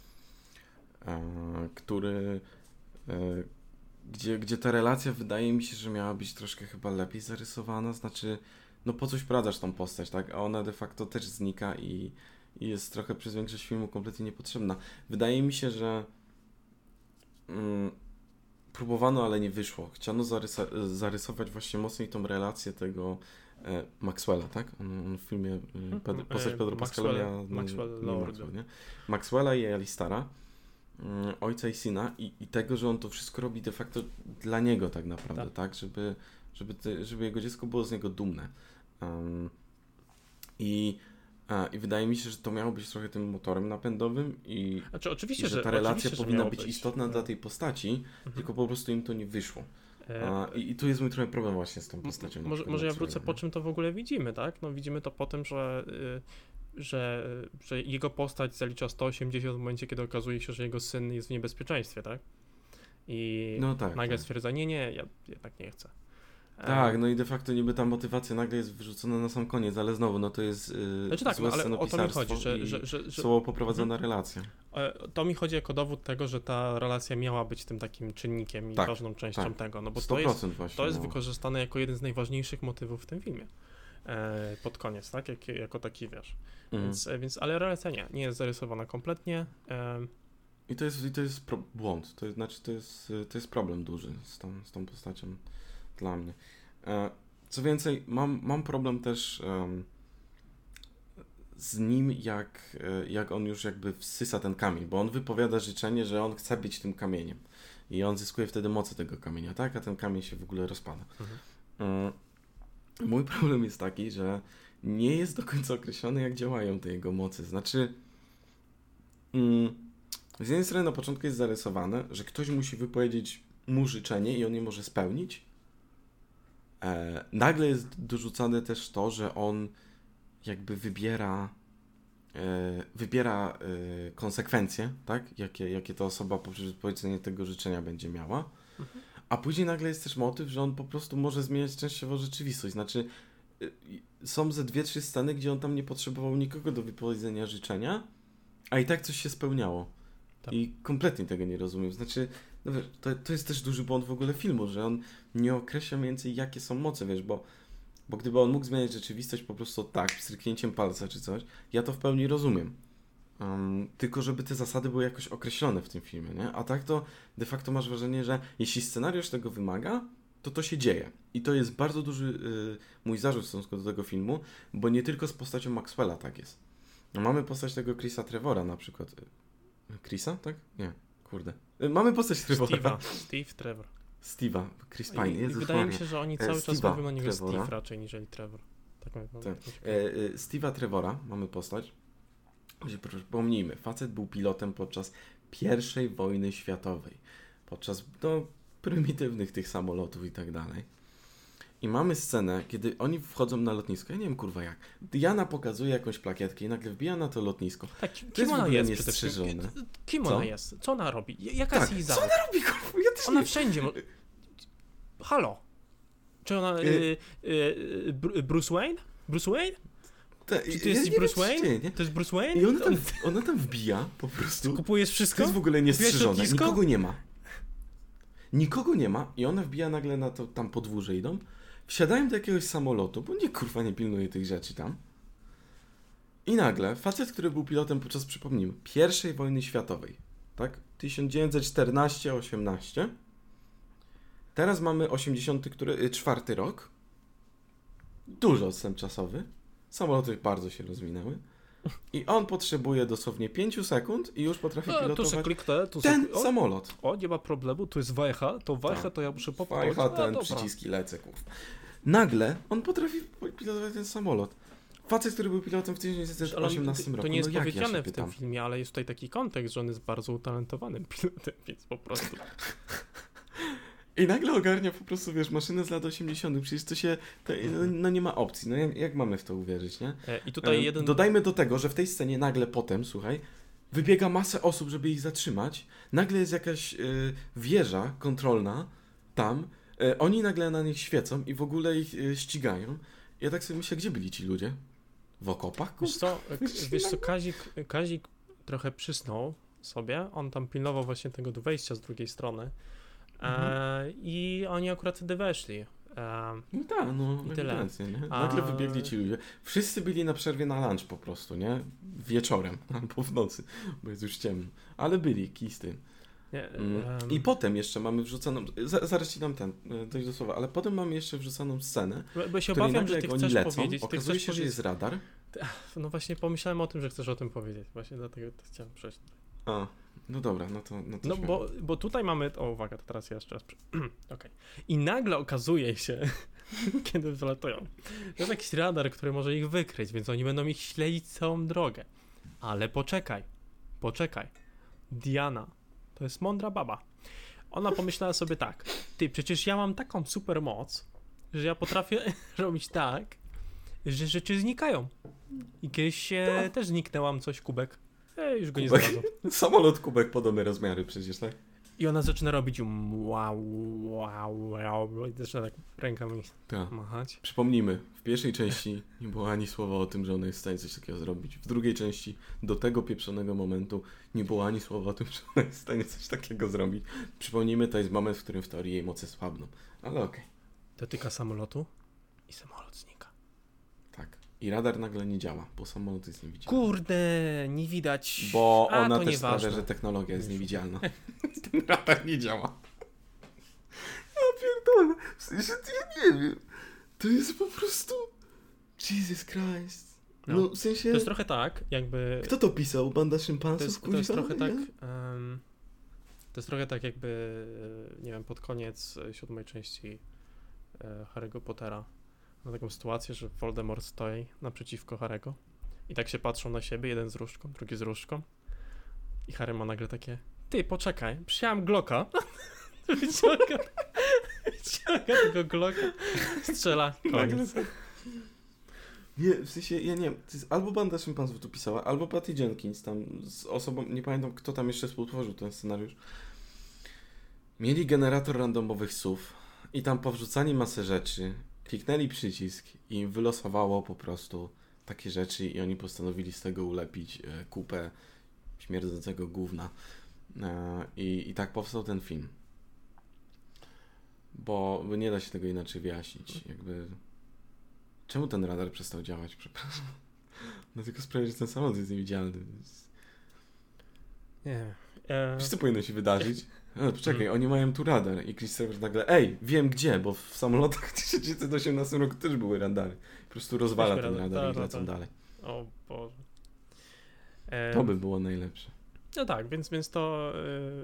który, gdzie ta relacja wydaje mi się, że miała być troszkę chyba lepiej zarysowana. Znaczy, po coś wprowadzasz tą postać, tak? A ona de facto też znika i jest trochę przez większość filmu kompletnie niepotrzebna. Wydaje mi się, że próbowano, ale nie wyszło. Chciano zarysować właśnie mocniej tą relację tego Maxwella, tak? On w filmie postać Pedro Pascala miała Maxwella i Alistara, ojca i syna i tego, że on to wszystko robi de facto dla niego tak naprawdę, tak? Żeby jego dziecko było z niego dumne. I wydaje mi się, że to miało być trochę tym motorem napędowym oczywiście, że ta relacja powinna być istotna dla tej postaci, tylko po prostu im to nie wyszło. I tu jest mój trochę problem właśnie z tą postacią. Może ja wrócę, po czym to w ogóle widzimy, tak? Widzimy to po tym, że jego postać zalicza 180 w momencie, kiedy okazuje się, że jego syn jest w niebezpieczeństwie, tak? I nagle stwierdza, nie, ja jednak nie chcę. Tak, i de facto niby ta motywacja nagle jest wyrzucona na sam koniec, ale znowu, to jest złe ale o to mi chodzi, że słowo poprowadzona relacja. To mi chodzi jako dowód tego, że ta relacja miała być tym takim czynnikiem i ważną częścią tego, bo 100% właśnie, to jest wykorzystane jako jeden z najważniejszych motywów w tym filmie. Pod koniec, tak? Jako taki, wiesz. Więc ale relacja nie jest zarysowana kompletnie. I to jest błąd, to jest problem duży z tą postacią dla mnie. Co więcej, mam problem też z nim, jak on już jakby wsysa ten kamień, bo on wypowiada życzenie, że on chce być tym kamieniem i on zyskuje wtedy moce tego kamienia, tak? A ten kamień się w ogóle rozpada. Mój problem jest taki, że nie jest do końca określone, jak działają te jego moce. Znaczy, z jednej strony na początku jest zarysowane, że ktoś musi wypowiedzieć mu życzenie i on je może spełnić. Nagle jest dorzucane też to, że on jakby wybiera konsekwencje, tak? Jakie ta osoba poprzez wypowiedzenie tego życzenia będzie miała. A później nagle jest też motyw, że on po prostu może zmieniać częściowo rzeczywistość. Znaczy, są ze 2-3 sceny, gdzie on tam nie potrzebował nikogo do wypowiedzenia życzenia, a i tak coś się spełniało. Tak. I kompletnie tego nie rozumiem. Znaczy, no wiesz, to jest też duży błąd w ogóle filmu, że on nie określa mniej więcej, jakie są moce, wiesz, bo gdyby on mógł zmieniać rzeczywistość po prostu tak, stryknięciem palca czy coś, ja to w pełni rozumiem. Tylko żeby te zasady były jakoś określone w tym filmie, nie? A tak to de facto masz wrażenie, że jeśli scenariusz tego wymaga, to się dzieje. I to jest bardzo duży mój zarzut w stosunku do tego filmu, bo nie tylko z postacią Maxwella tak jest. No, mamy postać tego Chrisa Trevora na przykład. Chrisa, tak? Nie, kurde. Mamy postać Trevora. Steve Trevor. Steve'a, Chris Pine. I wydaje mi się, że oni cały czas mówią na niego Steve raczej niżeli Trevor. Tak. Steve'a Trevora mamy postać. Przypomnijmy, facet był pilotem podczas I wojny światowej. Podczas prymitywnych tych samolotów i tak dalej. I mamy scenę, kiedy oni wchodzą na lotnisko. Ja nie wiem, kurwa jak. Diana pokazuje jakąś plakietkę i nagle wbija na to lotnisko. Tak, to jest w ogóle niestrzeżone. Kim ona jest? Co ona robi? Jaka jest jej zawód? Co ona robi, kurwa? Ja też ona nie... wszędzie... Halo? Czy ona... Bruce Wayne? Bruce Wayne? Czy ty jesteś Bruce Wayne? Nie. To jest Bruce Wayne? I ona tam wbija po prostu. Kupujesz wszystko? To jest w ogóle niestrzeżone. Nikogo nie ma. Nikogo nie ma i ona wbija nagle na to, tam podwórze idą, wsiadają do jakiegoś samolotu, bo kurwa nie pilnuje tych rzeczy tam. I nagle facet, który był pilotem podczas, przypomnijmy, I wojny światowej, tak? 1914-18. Teraz mamy 84 rok. Dużo odstęp czasowy. Samoloty bardzo się rozwinęły. I on potrzebuje dosłownie 5 sekund i już potrafi pilotować samolot. O, nie ma problemu, tu jest wajcha, to ja muszę popchnąć. Wajcha, ten przyciski, lecę, kurwa. Nagle on potrafi pilotować ten samolot. Facet, który był pilotem w 1918 roku. To nie jest powiedziane w tym filmie, ale jest tutaj taki kontekst, że on jest bardzo utalentowanym pilotem, więc po prostu... I nagle ogarnia po prostu, wiesz, maszynę z lat 80. Przecież to się... No nie ma opcji. No jak mamy w to uwierzyć, nie? I tutaj Dodajmy do tego, że w tej scenie nagle potem, słuchaj, wybiega masę osób, żeby ich zatrzymać. Nagle jest jakaś wieża kontrolna tam. Oni nagle na nich świecą i w ogóle ich ścigają. Ja tak sobie myślę, gdzie byli ci ludzie? W okopach? Wiesz co, Kazik trochę przysnął sobie. On tam pilnował właśnie tego do wejścia z drugiej strony. I oni akurat wtedy weszli. No tak, i tyle. Nie? Nagle wybiegli ci ludzie. Wszyscy byli na przerwie na lunch po prostu, nie? Wieczorem albo w nocy, bo jest już ciemno. Ale byli, kij z tym. I potem jeszcze mamy wrzuconą, zaraz ci dam dojść do słowa, ale potem mamy jeszcze wrzuconą scenę, bo się obawiam, że ty chcesz powiedzieć. Okazuje się, że jest radar. No właśnie pomyślałem o tym, że chcesz o tym powiedzieć. Właśnie dlatego to chciałem przejść. No dobra, no to bo tutaj mamy... O, uwaga, to teraz ja jeszcze raz... Okay. I nagle okazuje się, kiedy wylatują, to jest jakiś radar, który może ich wykryć, więc oni będą ich śledzić całą drogę. Ale poczekaj. Diana to jest mądra baba. Ona pomyślała sobie tak, przecież ja mam taką super moc, że ja potrafię robić tak, że rzeczy znikają. I kiedyś też zniknęłam coś, kubek. Już go nie znalazłem. Samolot kubek, podobne rozmiary przecież, tak? I ona zaczyna robić wow, i zaczyna tak rękami machać. Przypomnijmy, w pierwszej części nie było ani słowa o tym, że ona jest w stanie coś takiego zrobić. W drugiej części, do tego pieprzonego momentu, nie było ani słowa o tym, że ona jest w stanie coś takiego zrobić. Przypomnijmy, to jest moment, w którym w teorii jej moce słabną. Ale okej. Dotyka samolotu i samolot znika. Tak. I radar nagle nie działa, bo samolot jest niewidzialny. Kurde, nie widać. Bo ona też sprawia, że technologia jest niewidzialna. Ten radar nie działa. Ja pierdolę. W sensie, ja nie wiem. To jest po prostu... Jesus Christ. No w sensie... To jest trochę tak, jakby... Kto to pisał? Banda szympansów? To jest trochę tak... to jest trochę tak jakby, nie wiem, pod koniec 7 części Harry'ego Pottera. Na taką sytuację, że Voldemort stoi naprzeciwko Harry'ego i tak się patrzą na siebie, jeden z różdżką, drugi z różdżką i Harry ma nagle takie, przecież ja mam Glocka. wyciąga tego Glocka, strzela, koniec. Nie, w sensie, ja nie wiem, to jest albo Banda Szympansów tu pisała, albo Patty Jenkins tam z osobą, nie pamiętam kto tam jeszcze współtworzył ten scenariusz. Mieli generator randomowych słów i tam powrzucani masę rzeczy. kliknęli przycisk i im wylosowało po prostu takie rzeczy i oni postanowili z tego ulepić kupę śmierdzącego gówna. I tak powstał ten film. Bo nie da się tego inaczej wyjaśnić. Jakby... Czemu ten radar przestał działać? Przepraszam. No tylko sprawia, że ten samolot jest niewidzialny. Nie. Wiesz, co powinno się wydarzyć? Poczekaj, oni mają tu radar i Christopher nagle, wiem gdzie, bo w samolotach w 1918 roku też były radary. Po prostu rozwala ten radar i lecą dalej. O Boże. To by było najlepsze. No tak, więc to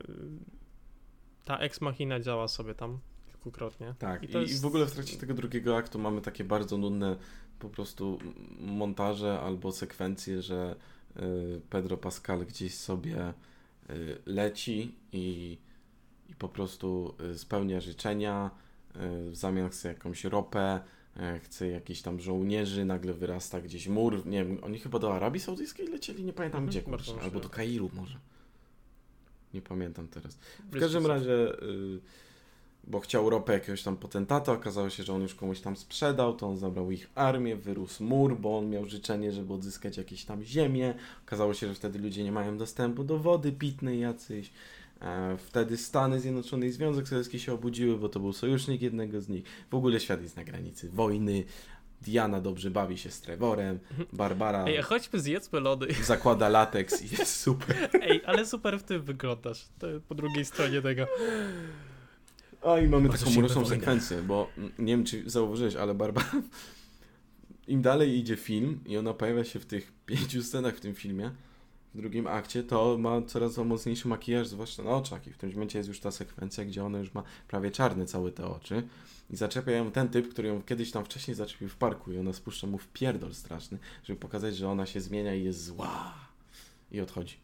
ta Ex Machina działa sobie tam kilkukrotnie. Tak, i w ogóle w trakcie tego drugiego aktu mamy takie bardzo nudne po prostu montaże albo sekwencje, że Pedro Pascal gdzieś sobie leci i po prostu spełnia życzenia, w zamian chce jakąś ropę, chce jakichś tam żołnierzy, nagle wyrasta gdzieś mur, nie wiem, oni chyba do Arabii Saudyjskiej lecieli, nie pamiętam gdzie, kurczę, albo do Kairu może. Nie pamiętam teraz. W każdym razie, bo chciał ropę jakiegoś tam potentata, okazało się, że on już komuś tam sprzedał, to on zabrał ich armię, wyrósł mur, bo on miał życzenie, żeby odzyskać jakieś tam ziemię. Okazało się, że wtedy ludzie nie mają dostępu do wody pitnej jacyś. Wtedy Stany Zjednoczone i Związek Sowiecki się obudziły, bo to był sojusznik jednego z nich. W ogóle świat jest na granicy wojny. Diana dobrze bawi się z Trevorem. Barbara... Ej, chodźmy zjedzmy lody. Zakłada lateks i jest super. Ej, ale super w tym wyglądasz. To po drugiej stronie tego. I mamy taką mroczną sekwencję, bo nie wiem, czy zauważyłeś, ale Barbara... Im dalej idzie film i ona pojawia się w tych 5 scenach w tym filmie, w drugim akcie, to ma coraz mocniejszy makijaż, zwłaszcza na oczach i w tym momencie jest już ta sekwencja, gdzie ona już ma prawie czarne całe te oczy i zaczepia ją ten typ, który ją kiedyś tam wcześniej zaczepił w parku i ona spuszcza mu wpierdol straszny, żeby pokazać, że ona się zmienia i jest zła i odchodzi.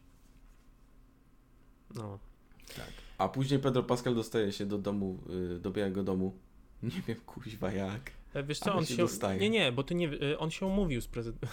No. Tak. A później Pedro Pascal dostaje się do domu, do Białego Domu. Nie wiem, kuźwa jak. Wiesz co, on się dostaje. Nie, bo ty nie, on się umówił z prezydentem.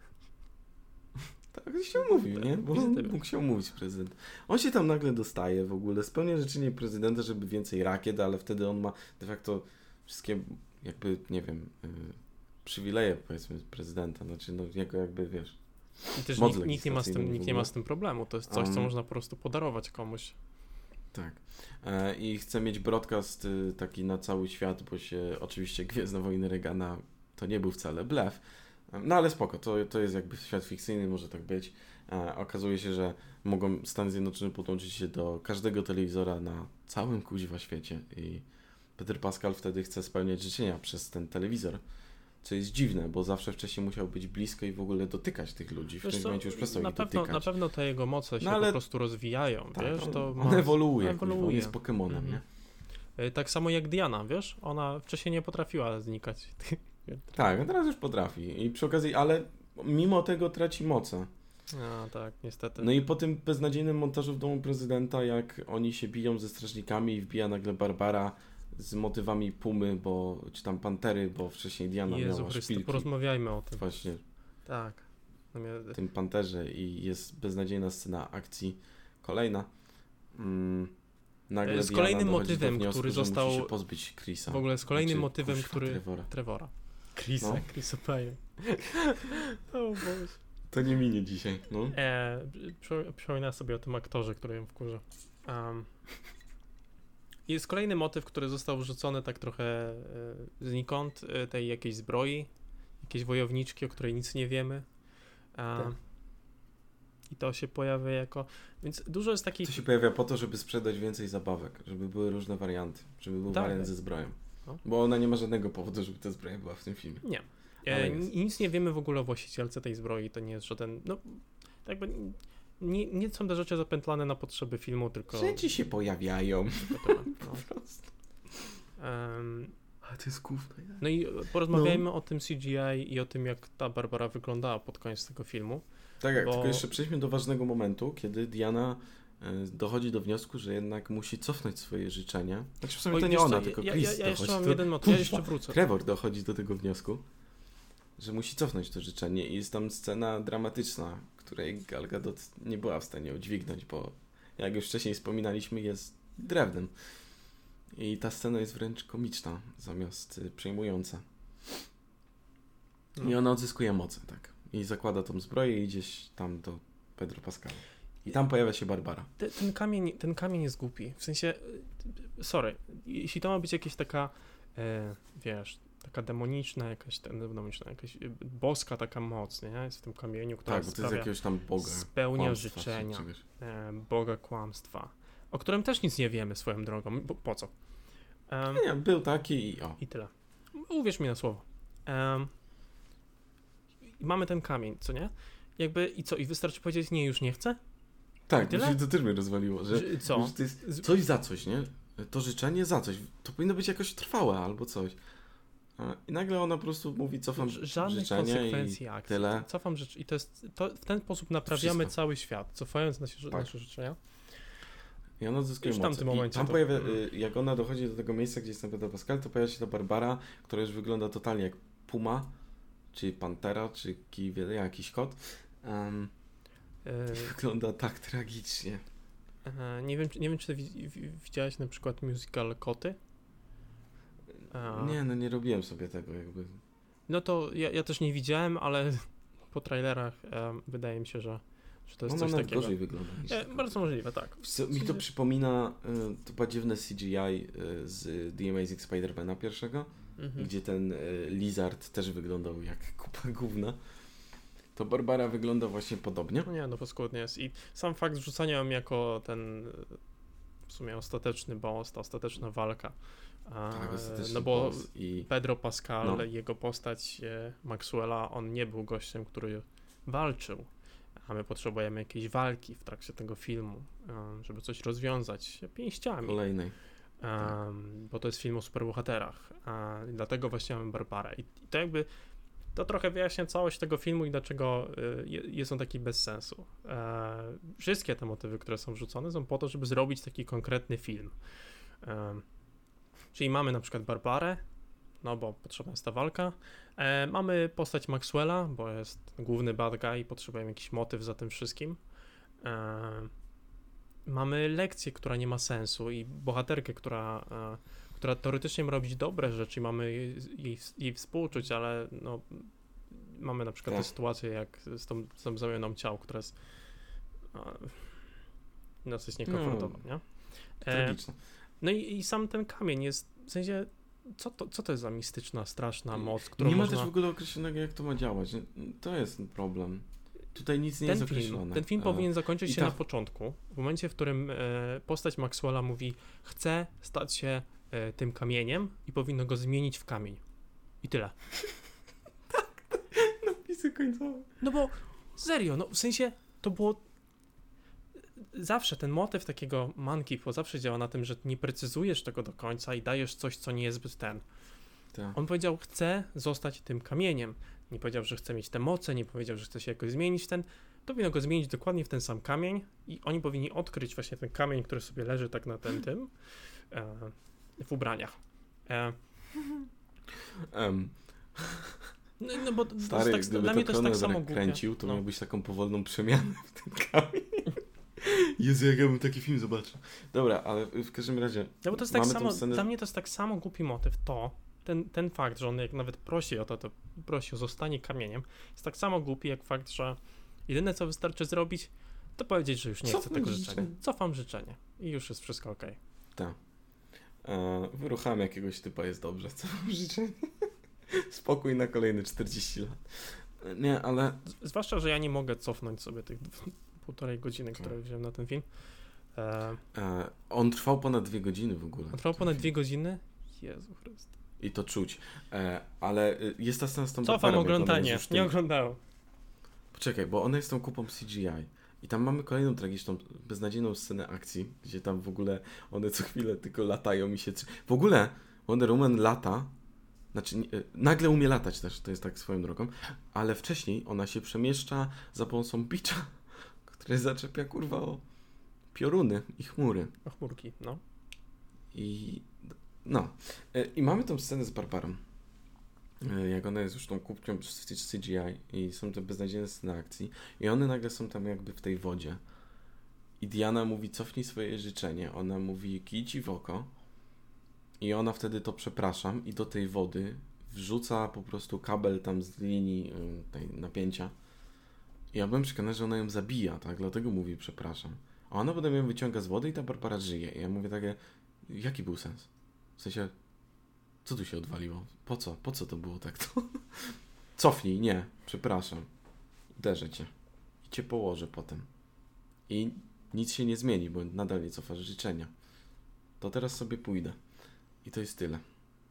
Tak, się umówił, nie? Bo on mógł się umówić z prezydentem. On się tam nagle dostaje w ogóle, spełnia życzenie prezydenta, żeby więcej rakiet, ale wtedy on ma de facto wszystkie jakby, nie wiem, przywileje, powiedzmy, prezydenta. Znaczy, no jego jakby, wiesz... I też nikt nie ma z tym problemu. To jest coś, co można po prostu podarować komuś. Tak. I chce mieć broadcast taki na cały świat, bo się oczywiście Gwiezdne Wojny Reagana to nie był wcale blef. No ale spoko, to jest jakby świat fikcyjny, może tak być. Okazuje się, że mogą Stany Zjednoczone podłączyć się do każdego telewizora na całym kuźwa świecie i Peter Pascal wtedy chce spełniać życzenia przez ten telewizor. Co jest dziwne, bo zawsze wcześniej musiał być blisko i w ogóle dotykać tych ludzi. W tym momencie już przestał ich dotykać. Na pewno te jego moce się po prostu rozwijają, tak, wiesz? On ewoluuje. On jest Pokemonem, nie? Tak samo jak Diana, wiesz? Ona wcześniej nie potrafiła znikać. Tak, a teraz już potrafi. I przy okazji, ale mimo tego traci moce. A, tak, niestety. No i po tym beznadziejnym montażu w domu prezydenta, jak oni się biją ze strażnikami i wbija nagle Barbara z motywami Pumy, czy tam Pantery, bo wcześniej Diana miała szpilki. Porozmawiajmy o tym. Właśnie. Tak. W tym Panterze i jest beznadziejna scena akcji. Kolejna. Nagle z kolejnym motywem, wniosku, który został... musi się pozbyć Chrisa. W ogóle z kolejnym motywem, który... Trevora. Chrisa Pine. O Boże. To nie minie dzisiaj, no. Przypomina sobie o tym aktorze, który ją wkurza. Jest kolejny motyw, który został wrzucony tak trochę znikąd, tej jakiejś zbroi, jakiejś wojowniczki, o której nic nie wiemy. I to się pojawia jako... Więc dużo jest takich... To się pojawia po to, żeby sprzedać więcej zabawek, żeby były różne warianty, żeby był wariant ze zbroją. No. Bo ona nie ma żadnego powodu, żeby ta zbroja była w tym filmie. Nie. Nic nie wiemy w ogóle o właścicielce tej zbroi, to nie jest żaden... No, tak jakby... Nie są te rzeczy zapętlane na potrzeby filmu, tylko... Rzeczy się pojawiają. Po prostu. Ale to jest gówno. No i porozmawiajmy o tym CGI i o tym, jak ta Barbara wyglądała pod koniec tego filmu. Tak, tylko jeszcze przejdźmy do ważnego momentu, kiedy Diana dochodzi do wniosku, że jednak musi cofnąć swoje życzenia. Znaczy w sumie to nie ona, tylko Chris ja jeszcze mam jeden motyw, ja jeszcze wrócę. Trevor dochodzi do tego wniosku, że musi cofnąć to życzenie i jest tam scena dramatyczna, której Gal Gadot nie była w stanie udźwignąć, bo jak już wcześniej wspominaliśmy, jest drewnem. I ta scena jest wręcz komiczna, zamiast przejmująca. No. I ona odzyskuje moce, tak. I zakłada tą zbroję i idzie tam do Pedro Pascala. I tam pojawia się Barbara. Ten kamień jest głupi. W sensie, sorry, jeśli to ma być jakaś taka, wiesz, taka demoniczna, jakaś boska taka moc, nie? Jest w tym kamieniu, która tak, bo to jest jakiegoś tam boga. Spełnia życzenia, boga kłamstwa, o którym też nic nie wiemy swoją drogą. Po co? Nie, był taki i o. I tyle. Uwierz mi na słowo. Mamy ten kamień, co nie? Jakby i co? I wystarczy powiedzieć, nie, już nie chcę? Tak, to też mnie rozwaliło, że co? to jest coś za coś, nie? To życzenie za coś. To powinno być jakoś trwałe albo coś. I nagle ona po prostu mówi, cofam życzenie konsekwencji i akcji. tyle. Cofam życzenie. I w ten sposób naprawiamy cały świat, cofając nasze życzenia. I ona zyskuje moc. Tam pojawia, jak ona dochodzi do tego miejsca, gdzie jest Pedro Pascal, to pojawia się ta Barbara, która już wygląda totalnie jak puma, czy pantera, czy jakiś kot. Wygląda tak tragicznie. Nie wiem, czy ty widziałeś na przykład musical Koty? Nie, nie robiłem sobie tego jakby. No to ja też nie widziałem, ale po trailerach wydaje mi się, że to jest coś takiego. Gorzej wygląda. Bardzo możliwe, tak. Mi to przypomina to badziewne CGI z The Amazing Spider-Mana pierwszego, gdzie ten lizard też wyglądał jak kupa gówna. To Barbara wygląda właśnie podobnie. No paskudnie jest. I sam fakt wrzucania ją jako ten w sumie ostateczny boss, ta ostateczna walka. Tak, ostateczny no bo boss i... Pedro Pascal, jego postać Maxwella, on nie był gościem, który walczył. A my potrzebujemy jakiejś walki w trakcie tego filmu, żeby coś rozwiązać pięściami. Kolejnej. Bo to jest film o superbohaterach. Dlatego właśnie mamy Barbarę. I to jakby to trochę wyjaśnia całość tego filmu i dlaczego jest on taki bez sensu. Wszystkie te motywy, które są wrzucone, są po to, żeby zrobić taki konkretny film. Czyli mamy na przykład Barbarę, no bo potrzebna jest ta walka. Mamy postać Maxwella, bo jest główny bad guy i potrzebujemy jakiś motyw za tym wszystkim. Mamy lekcję, która nie ma sensu i bohaterkę, która teoretycznie ma robić dobre rzeczy i mamy jej współczuć, ale no, mamy na przykład tę sytuację jak z tą zamianą ciał, która jest dosyć niekomfortowa, nie? Tragiczne. No i sam ten kamień jest, w sensie, co to jest za mistyczna, straszna moc, którą nie ma też w ogóle określonego, jak to ma działać. To jest problem. Tutaj nic nie jest określone. Ten film powinien zakończyć się na początku, w momencie, w którym postać Maxwella mówi, chce stać się tym kamieniem i powinno go zmienić w kamień. I tyle. Tak, napisy końcowe. No bo serio, no w sensie to było zawsze ten motyw takiego monkey zawsze działa na tym, że nie precyzujesz tego do końca i dajesz coś, co nie jest zbyt ten. Tak. On powiedział, chce zostać tym kamieniem. Nie powiedział, że chce mieć te moce, nie powiedział, że chce się jakoś zmienić w ten. To powinno go zmienić dokładnie w ten sam kamień i oni powinni odkryć właśnie ten kamień, który sobie leży tak na tym w ubraniach. No bo stary, tak, dla mnie to jest tak samo głupie. Kręcił, to miałbyś taką powolną przemianę w ten kamień. Jezu, jak ja bym taki film zobaczył. Dobra, ale w każdym razie. No bo to jest tak samo, dla mnie to jest tak samo głupi motyw, ten fakt, że on jak nawet prosi o to prosi o zostanie kamieniem, jest tak samo głupi jak fakt, że jedyne co wystarczy zrobić, to powiedzieć, że już nie chcę tego życzenia. Cofam życzenie i już jest wszystko okej. Tak. Wyruchałem jakiegoś typa, jest dobrze. Cofam życzenie. Spokój na kolejne 40 lat. Nie, ale... Zwłaszcza, że ja nie mogę cofnąć sobie tych 1,5 godziny, które wziąłem na ten film. On trwał ponad 2 godziny w ogóle. On trwał ponad 2 godziny? Jezu Chryste. I to czuć. Ale jest ta scena z tą Cofam oglądanie, nie oglądałem. Poczekaj, bo ona jest tą kupą CGI. I tam mamy kolejną tragiczną, beznadziejną scenę akcji, gdzie tam w ogóle one co chwilę tylko latają i się... W ogóle Wonder Woman lata, znaczy nagle umie latać też, to jest tak swoją drogą, ale wcześniej ona się przemieszcza za pomocą bicza, który zaczepia kurwa o pioruny i chmury. O chmurki, no. I mamy tą scenę z Barbarą. Jak ona jest już tą kupcią z CGI i są te beznadziejne sceny akcji i one nagle są tam jakby w tej wodzie. I Diana mówi, cofnij swoje życzenie. Ona mówi, kij ci w oko. I ona wtedy to przepraszam i do tej wody wrzuca po prostu kabel tam z linii tej napięcia. I ja byłem przekonany, że ona ją zabija, tak? Dlatego mówi przepraszam. A ona potem ją wyciąga z wody i ta Barbara żyje. I ja mówię takie, jaki był sens? W sensie, co tu się odwaliło? Po co? Po co to było tak to? Cofnij, nie, przepraszam. Uderzę cię. I cię położę potem. I nic się nie zmieni, bo nadal nie cofasz życzenia. To teraz sobie pójdę. I to jest tyle.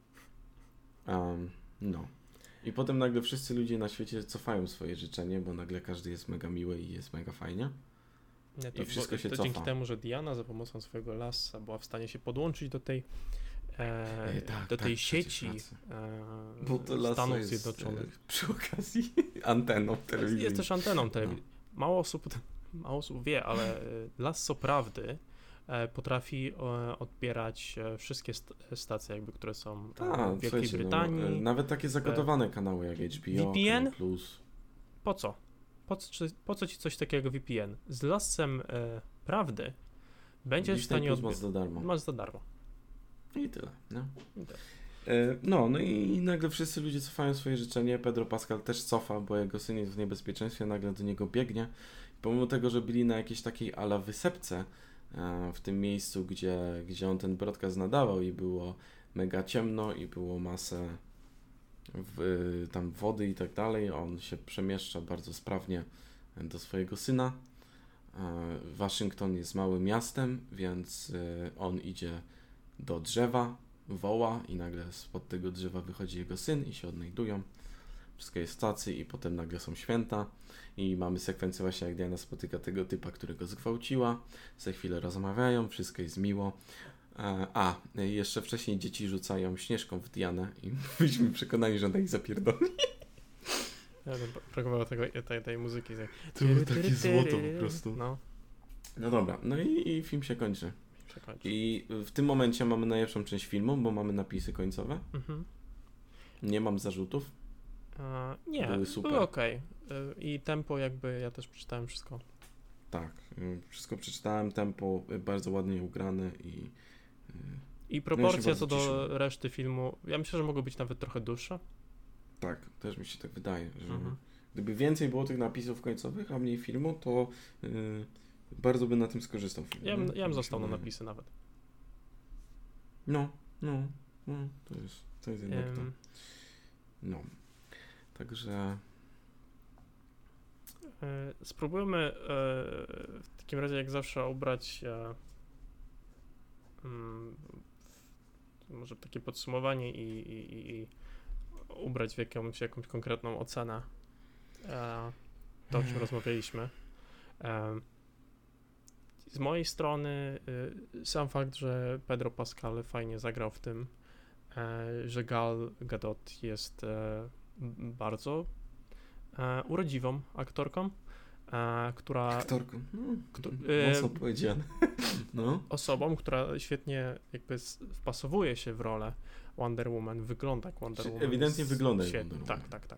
No. I potem nagle wszyscy ludzie na świecie cofają swoje życzenie, bo nagle każdy jest mega miły i jest mega fajnie. Nie, to, i wszystko się to cofa. dzięki temu, że Diana za pomocą swojego lasa była w stanie się podłączyć do tej tej sieci bo to Stanów jest, Zjednoczonych. Przy okazji anteną telewizyjną. Jest też anteną telewizyjną. Mało osób wie, ale Lasso Prawdy potrafi odbierać wszystkie stacje, jakby, które są w Wielkiej Brytanii. Nawet takie zakodowane kanały jak HBO, VPN? Plus. Po co? Po co ci coś takiego VPN? Z Lassem Prawdy będziesz w stanie masz za darmo. Masz za darmo. I tyle. No. No i nagle wszyscy ludzie cofają swoje życzenie. Pedro Pascal też cofa, bo jego syn jest w niebezpieczeństwie, nagle do niego biegnie. Pomimo tego, że byli na jakiejś takiej ala wysepce w tym miejscu, gdzie on ten broadcast nadawał i było mega ciemno i było masę tam wody i tak dalej, on się przemieszcza bardzo sprawnie do swojego syna. Waszyngton jest małym miastem, więc on idzie do drzewa, woła i nagle spod tego drzewa wychodzi jego syn i się odnajdują. Wszystko jest w stacji i potem nagle są święta i mamy sekwencję właśnie, jak Diana spotyka tego typa, którego zgwałciła. Za chwilę rozmawiają, wszystko jest miło. Jeszcze wcześniej dzieci rzucają śnieżką w Dianę i byliśmy przekonani, że ona ich zapierdoli. Ja brakowało tej muzyki. To było takie złoto po prostu. No dobra, no i film się kończy. I w tym momencie mamy najlepszą część filmu, bo mamy napisy końcowe. Mhm. Nie mam zarzutów. Nie, były super. Były okej. I tempo jakby, ja też przeczytałem wszystko. Tak, wszystko przeczytałem, tempo bardzo ładnie ugrane i proporcja co do reszty filmu, ja myślę, że mogły być nawet trochę dłuższe. Tak, też mi się tak wydaje, że gdyby więcej było tych napisów końcowych, a mniej filmu, to bardzo by na tym skorzystał film. Ja bym został na napisy nawet. No, to jest jednak to. No, także... Spróbujmy w takim razie jak zawsze ubrać może takie podsumowanie i ubrać w jakąś konkretną ocenę to, o czym rozmawialiśmy. Z mojej strony sam fakt, że Pedro Pascal fajnie zagrał w tym, że Gal Gadot jest bardzo urodziwą aktorką, która... Aktorką? Mocno powiedziane. Osobą, która świetnie jakby wpasowuje się w rolę Wonder Woman, wygląda jak Wonder Woman. Ewidentnie wygląda jak Wonder Woman. Tak.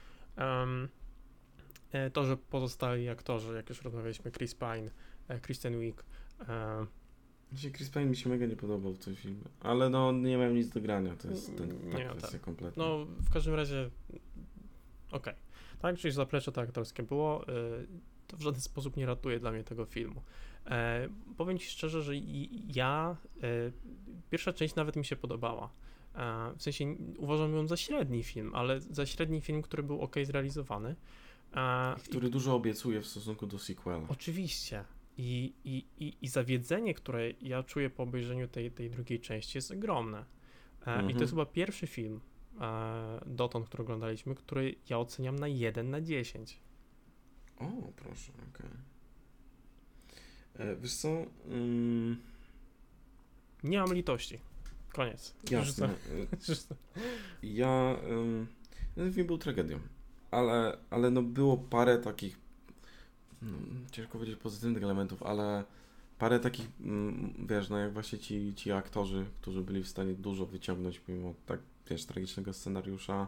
To, że pozostali aktorzy, jak już rozmawialiśmy, Chris Pine, Kristen Wiig. Chris Pine mi się mega nie podobał w tym filmie, ale nie miałem nic do grania, to jest kwestia kompletna. No, w każdym razie okej. Tak, czyli zaplecze to aktorskie było, to w żaden sposób nie ratuje dla mnie tego filmu. Powiem ci szczerze, że pierwsza część nawet mi się podobała. W sensie uważam ją za średni film, ale za średni film, który był okej zrealizowany. Który dużo obiecuje w stosunku do sequela. Oczywiście. I zawiedzenie, które ja czuję po obejrzeniu tej drugiej części jest ogromne. I to jest chyba pierwszy film dotąd, który oglądaliśmy, który ja oceniam na 1/10. O, proszę, okej. Wiesz co? Nie mam litości. Koniec. Jasne. Ten film był tragedią, ale było parę takich, ciężko powiedzieć pozytywnych elementów, ale parę takich, jak właśnie ci aktorzy, którzy byli w stanie dużo wyciągnąć mimo tragicznego scenariusza,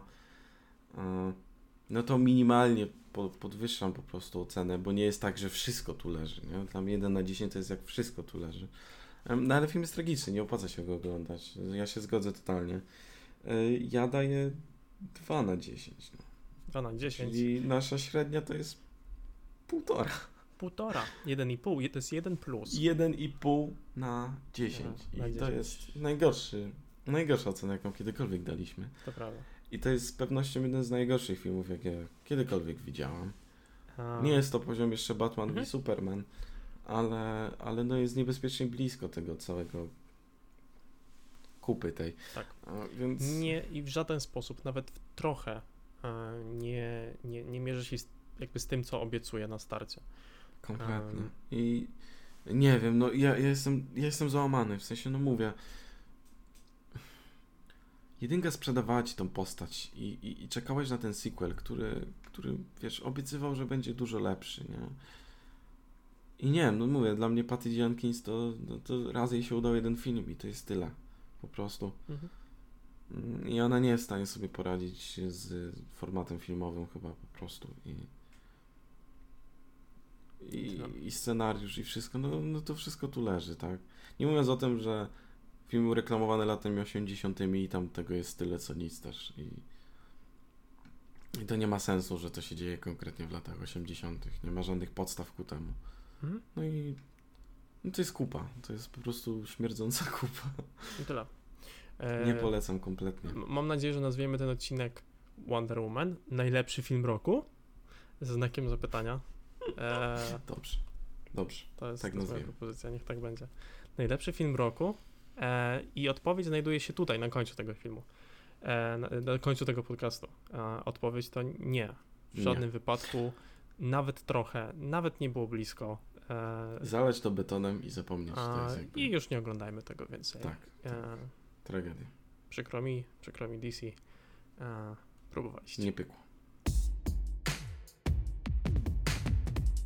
to minimalnie podwyższam po prostu ocenę, bo nie jest tak, że wszystko tu leży, nie? Tam 1/10 to jest jak wszystko tu leży. Ale film jest tragiczny, nie opłaca się go oglądać. Ja się zgodzę totalnie. Ja daję 2 na 10. No. 2 na 10. Czyli nasza średnia to jest 1,5. 1,5. 1,5. To jest 1 plus. 1,5 na 10. Na 10. To jest najgorsza ocena, jaką kiedykolwiek daliśmy. To prawda. I to jest z pewnością jeden z najgorszych filmów, jakie kiedykolwiek widziałam. A. Nie jest to poziom jeszcze Batman i Superman, ale no jest niebezpiecznie blisko tego całego kupy tej. Tak. Więc... Nie i w żaden sposób, nawet w trochę nie mierzy się jakby z tym, co obiecuje na starcie. Kompletnie. I nie wiem, no ja jestem załamany, w sensie, no mówię, jedynka sprzedawała ci tą postać i czekałeś na ten sequel, który wiesz, obiecywał, że będzie dużo lepszy, nie? I nie wiem, no mówię, dla mnie Patty Jenkins to raz jej się udał jeden film i to jest tyle. Po prostu. I ona nie jest w stanie sobie poradzić z formatem filmowym chyba po prostu. I scenariusz i wszystko, no to wszystko tu leży, tak? Nie mówiąc o tym, że film był reklamowany latami 80. i tam tego jest tyle co nic też. I to nie ma sensu, że to się dzieje konkretnie w latach 80. Nie ma żadnych podstaw ku temu. No i to jest kupa. To jest po prostu śmierdząca kupa. I tyle. Nie polecam kompletnie. Mam nadzieję, że nazwiemy ten odcinek Wonder Woman najlepszy film roku ze znakiem zapytania. Dobrze. To jest tak moja nazwiemy. propozycja, niech tak będzie. Najlepszy film roku i odpowiedź znajduje się tutaj, na końcu tego filmu. Na końcu tego podcastu. Odpowiedź to nie. W żadnym wypadku, nawet trochę, nawet nie było blisko. Zalać to betonem i zapomnieć. To jest jakby... I już nie oglądajmy tego więcej. Tak. Tragedia. Przykro mi DC. Próbowaliście. Nie pykło.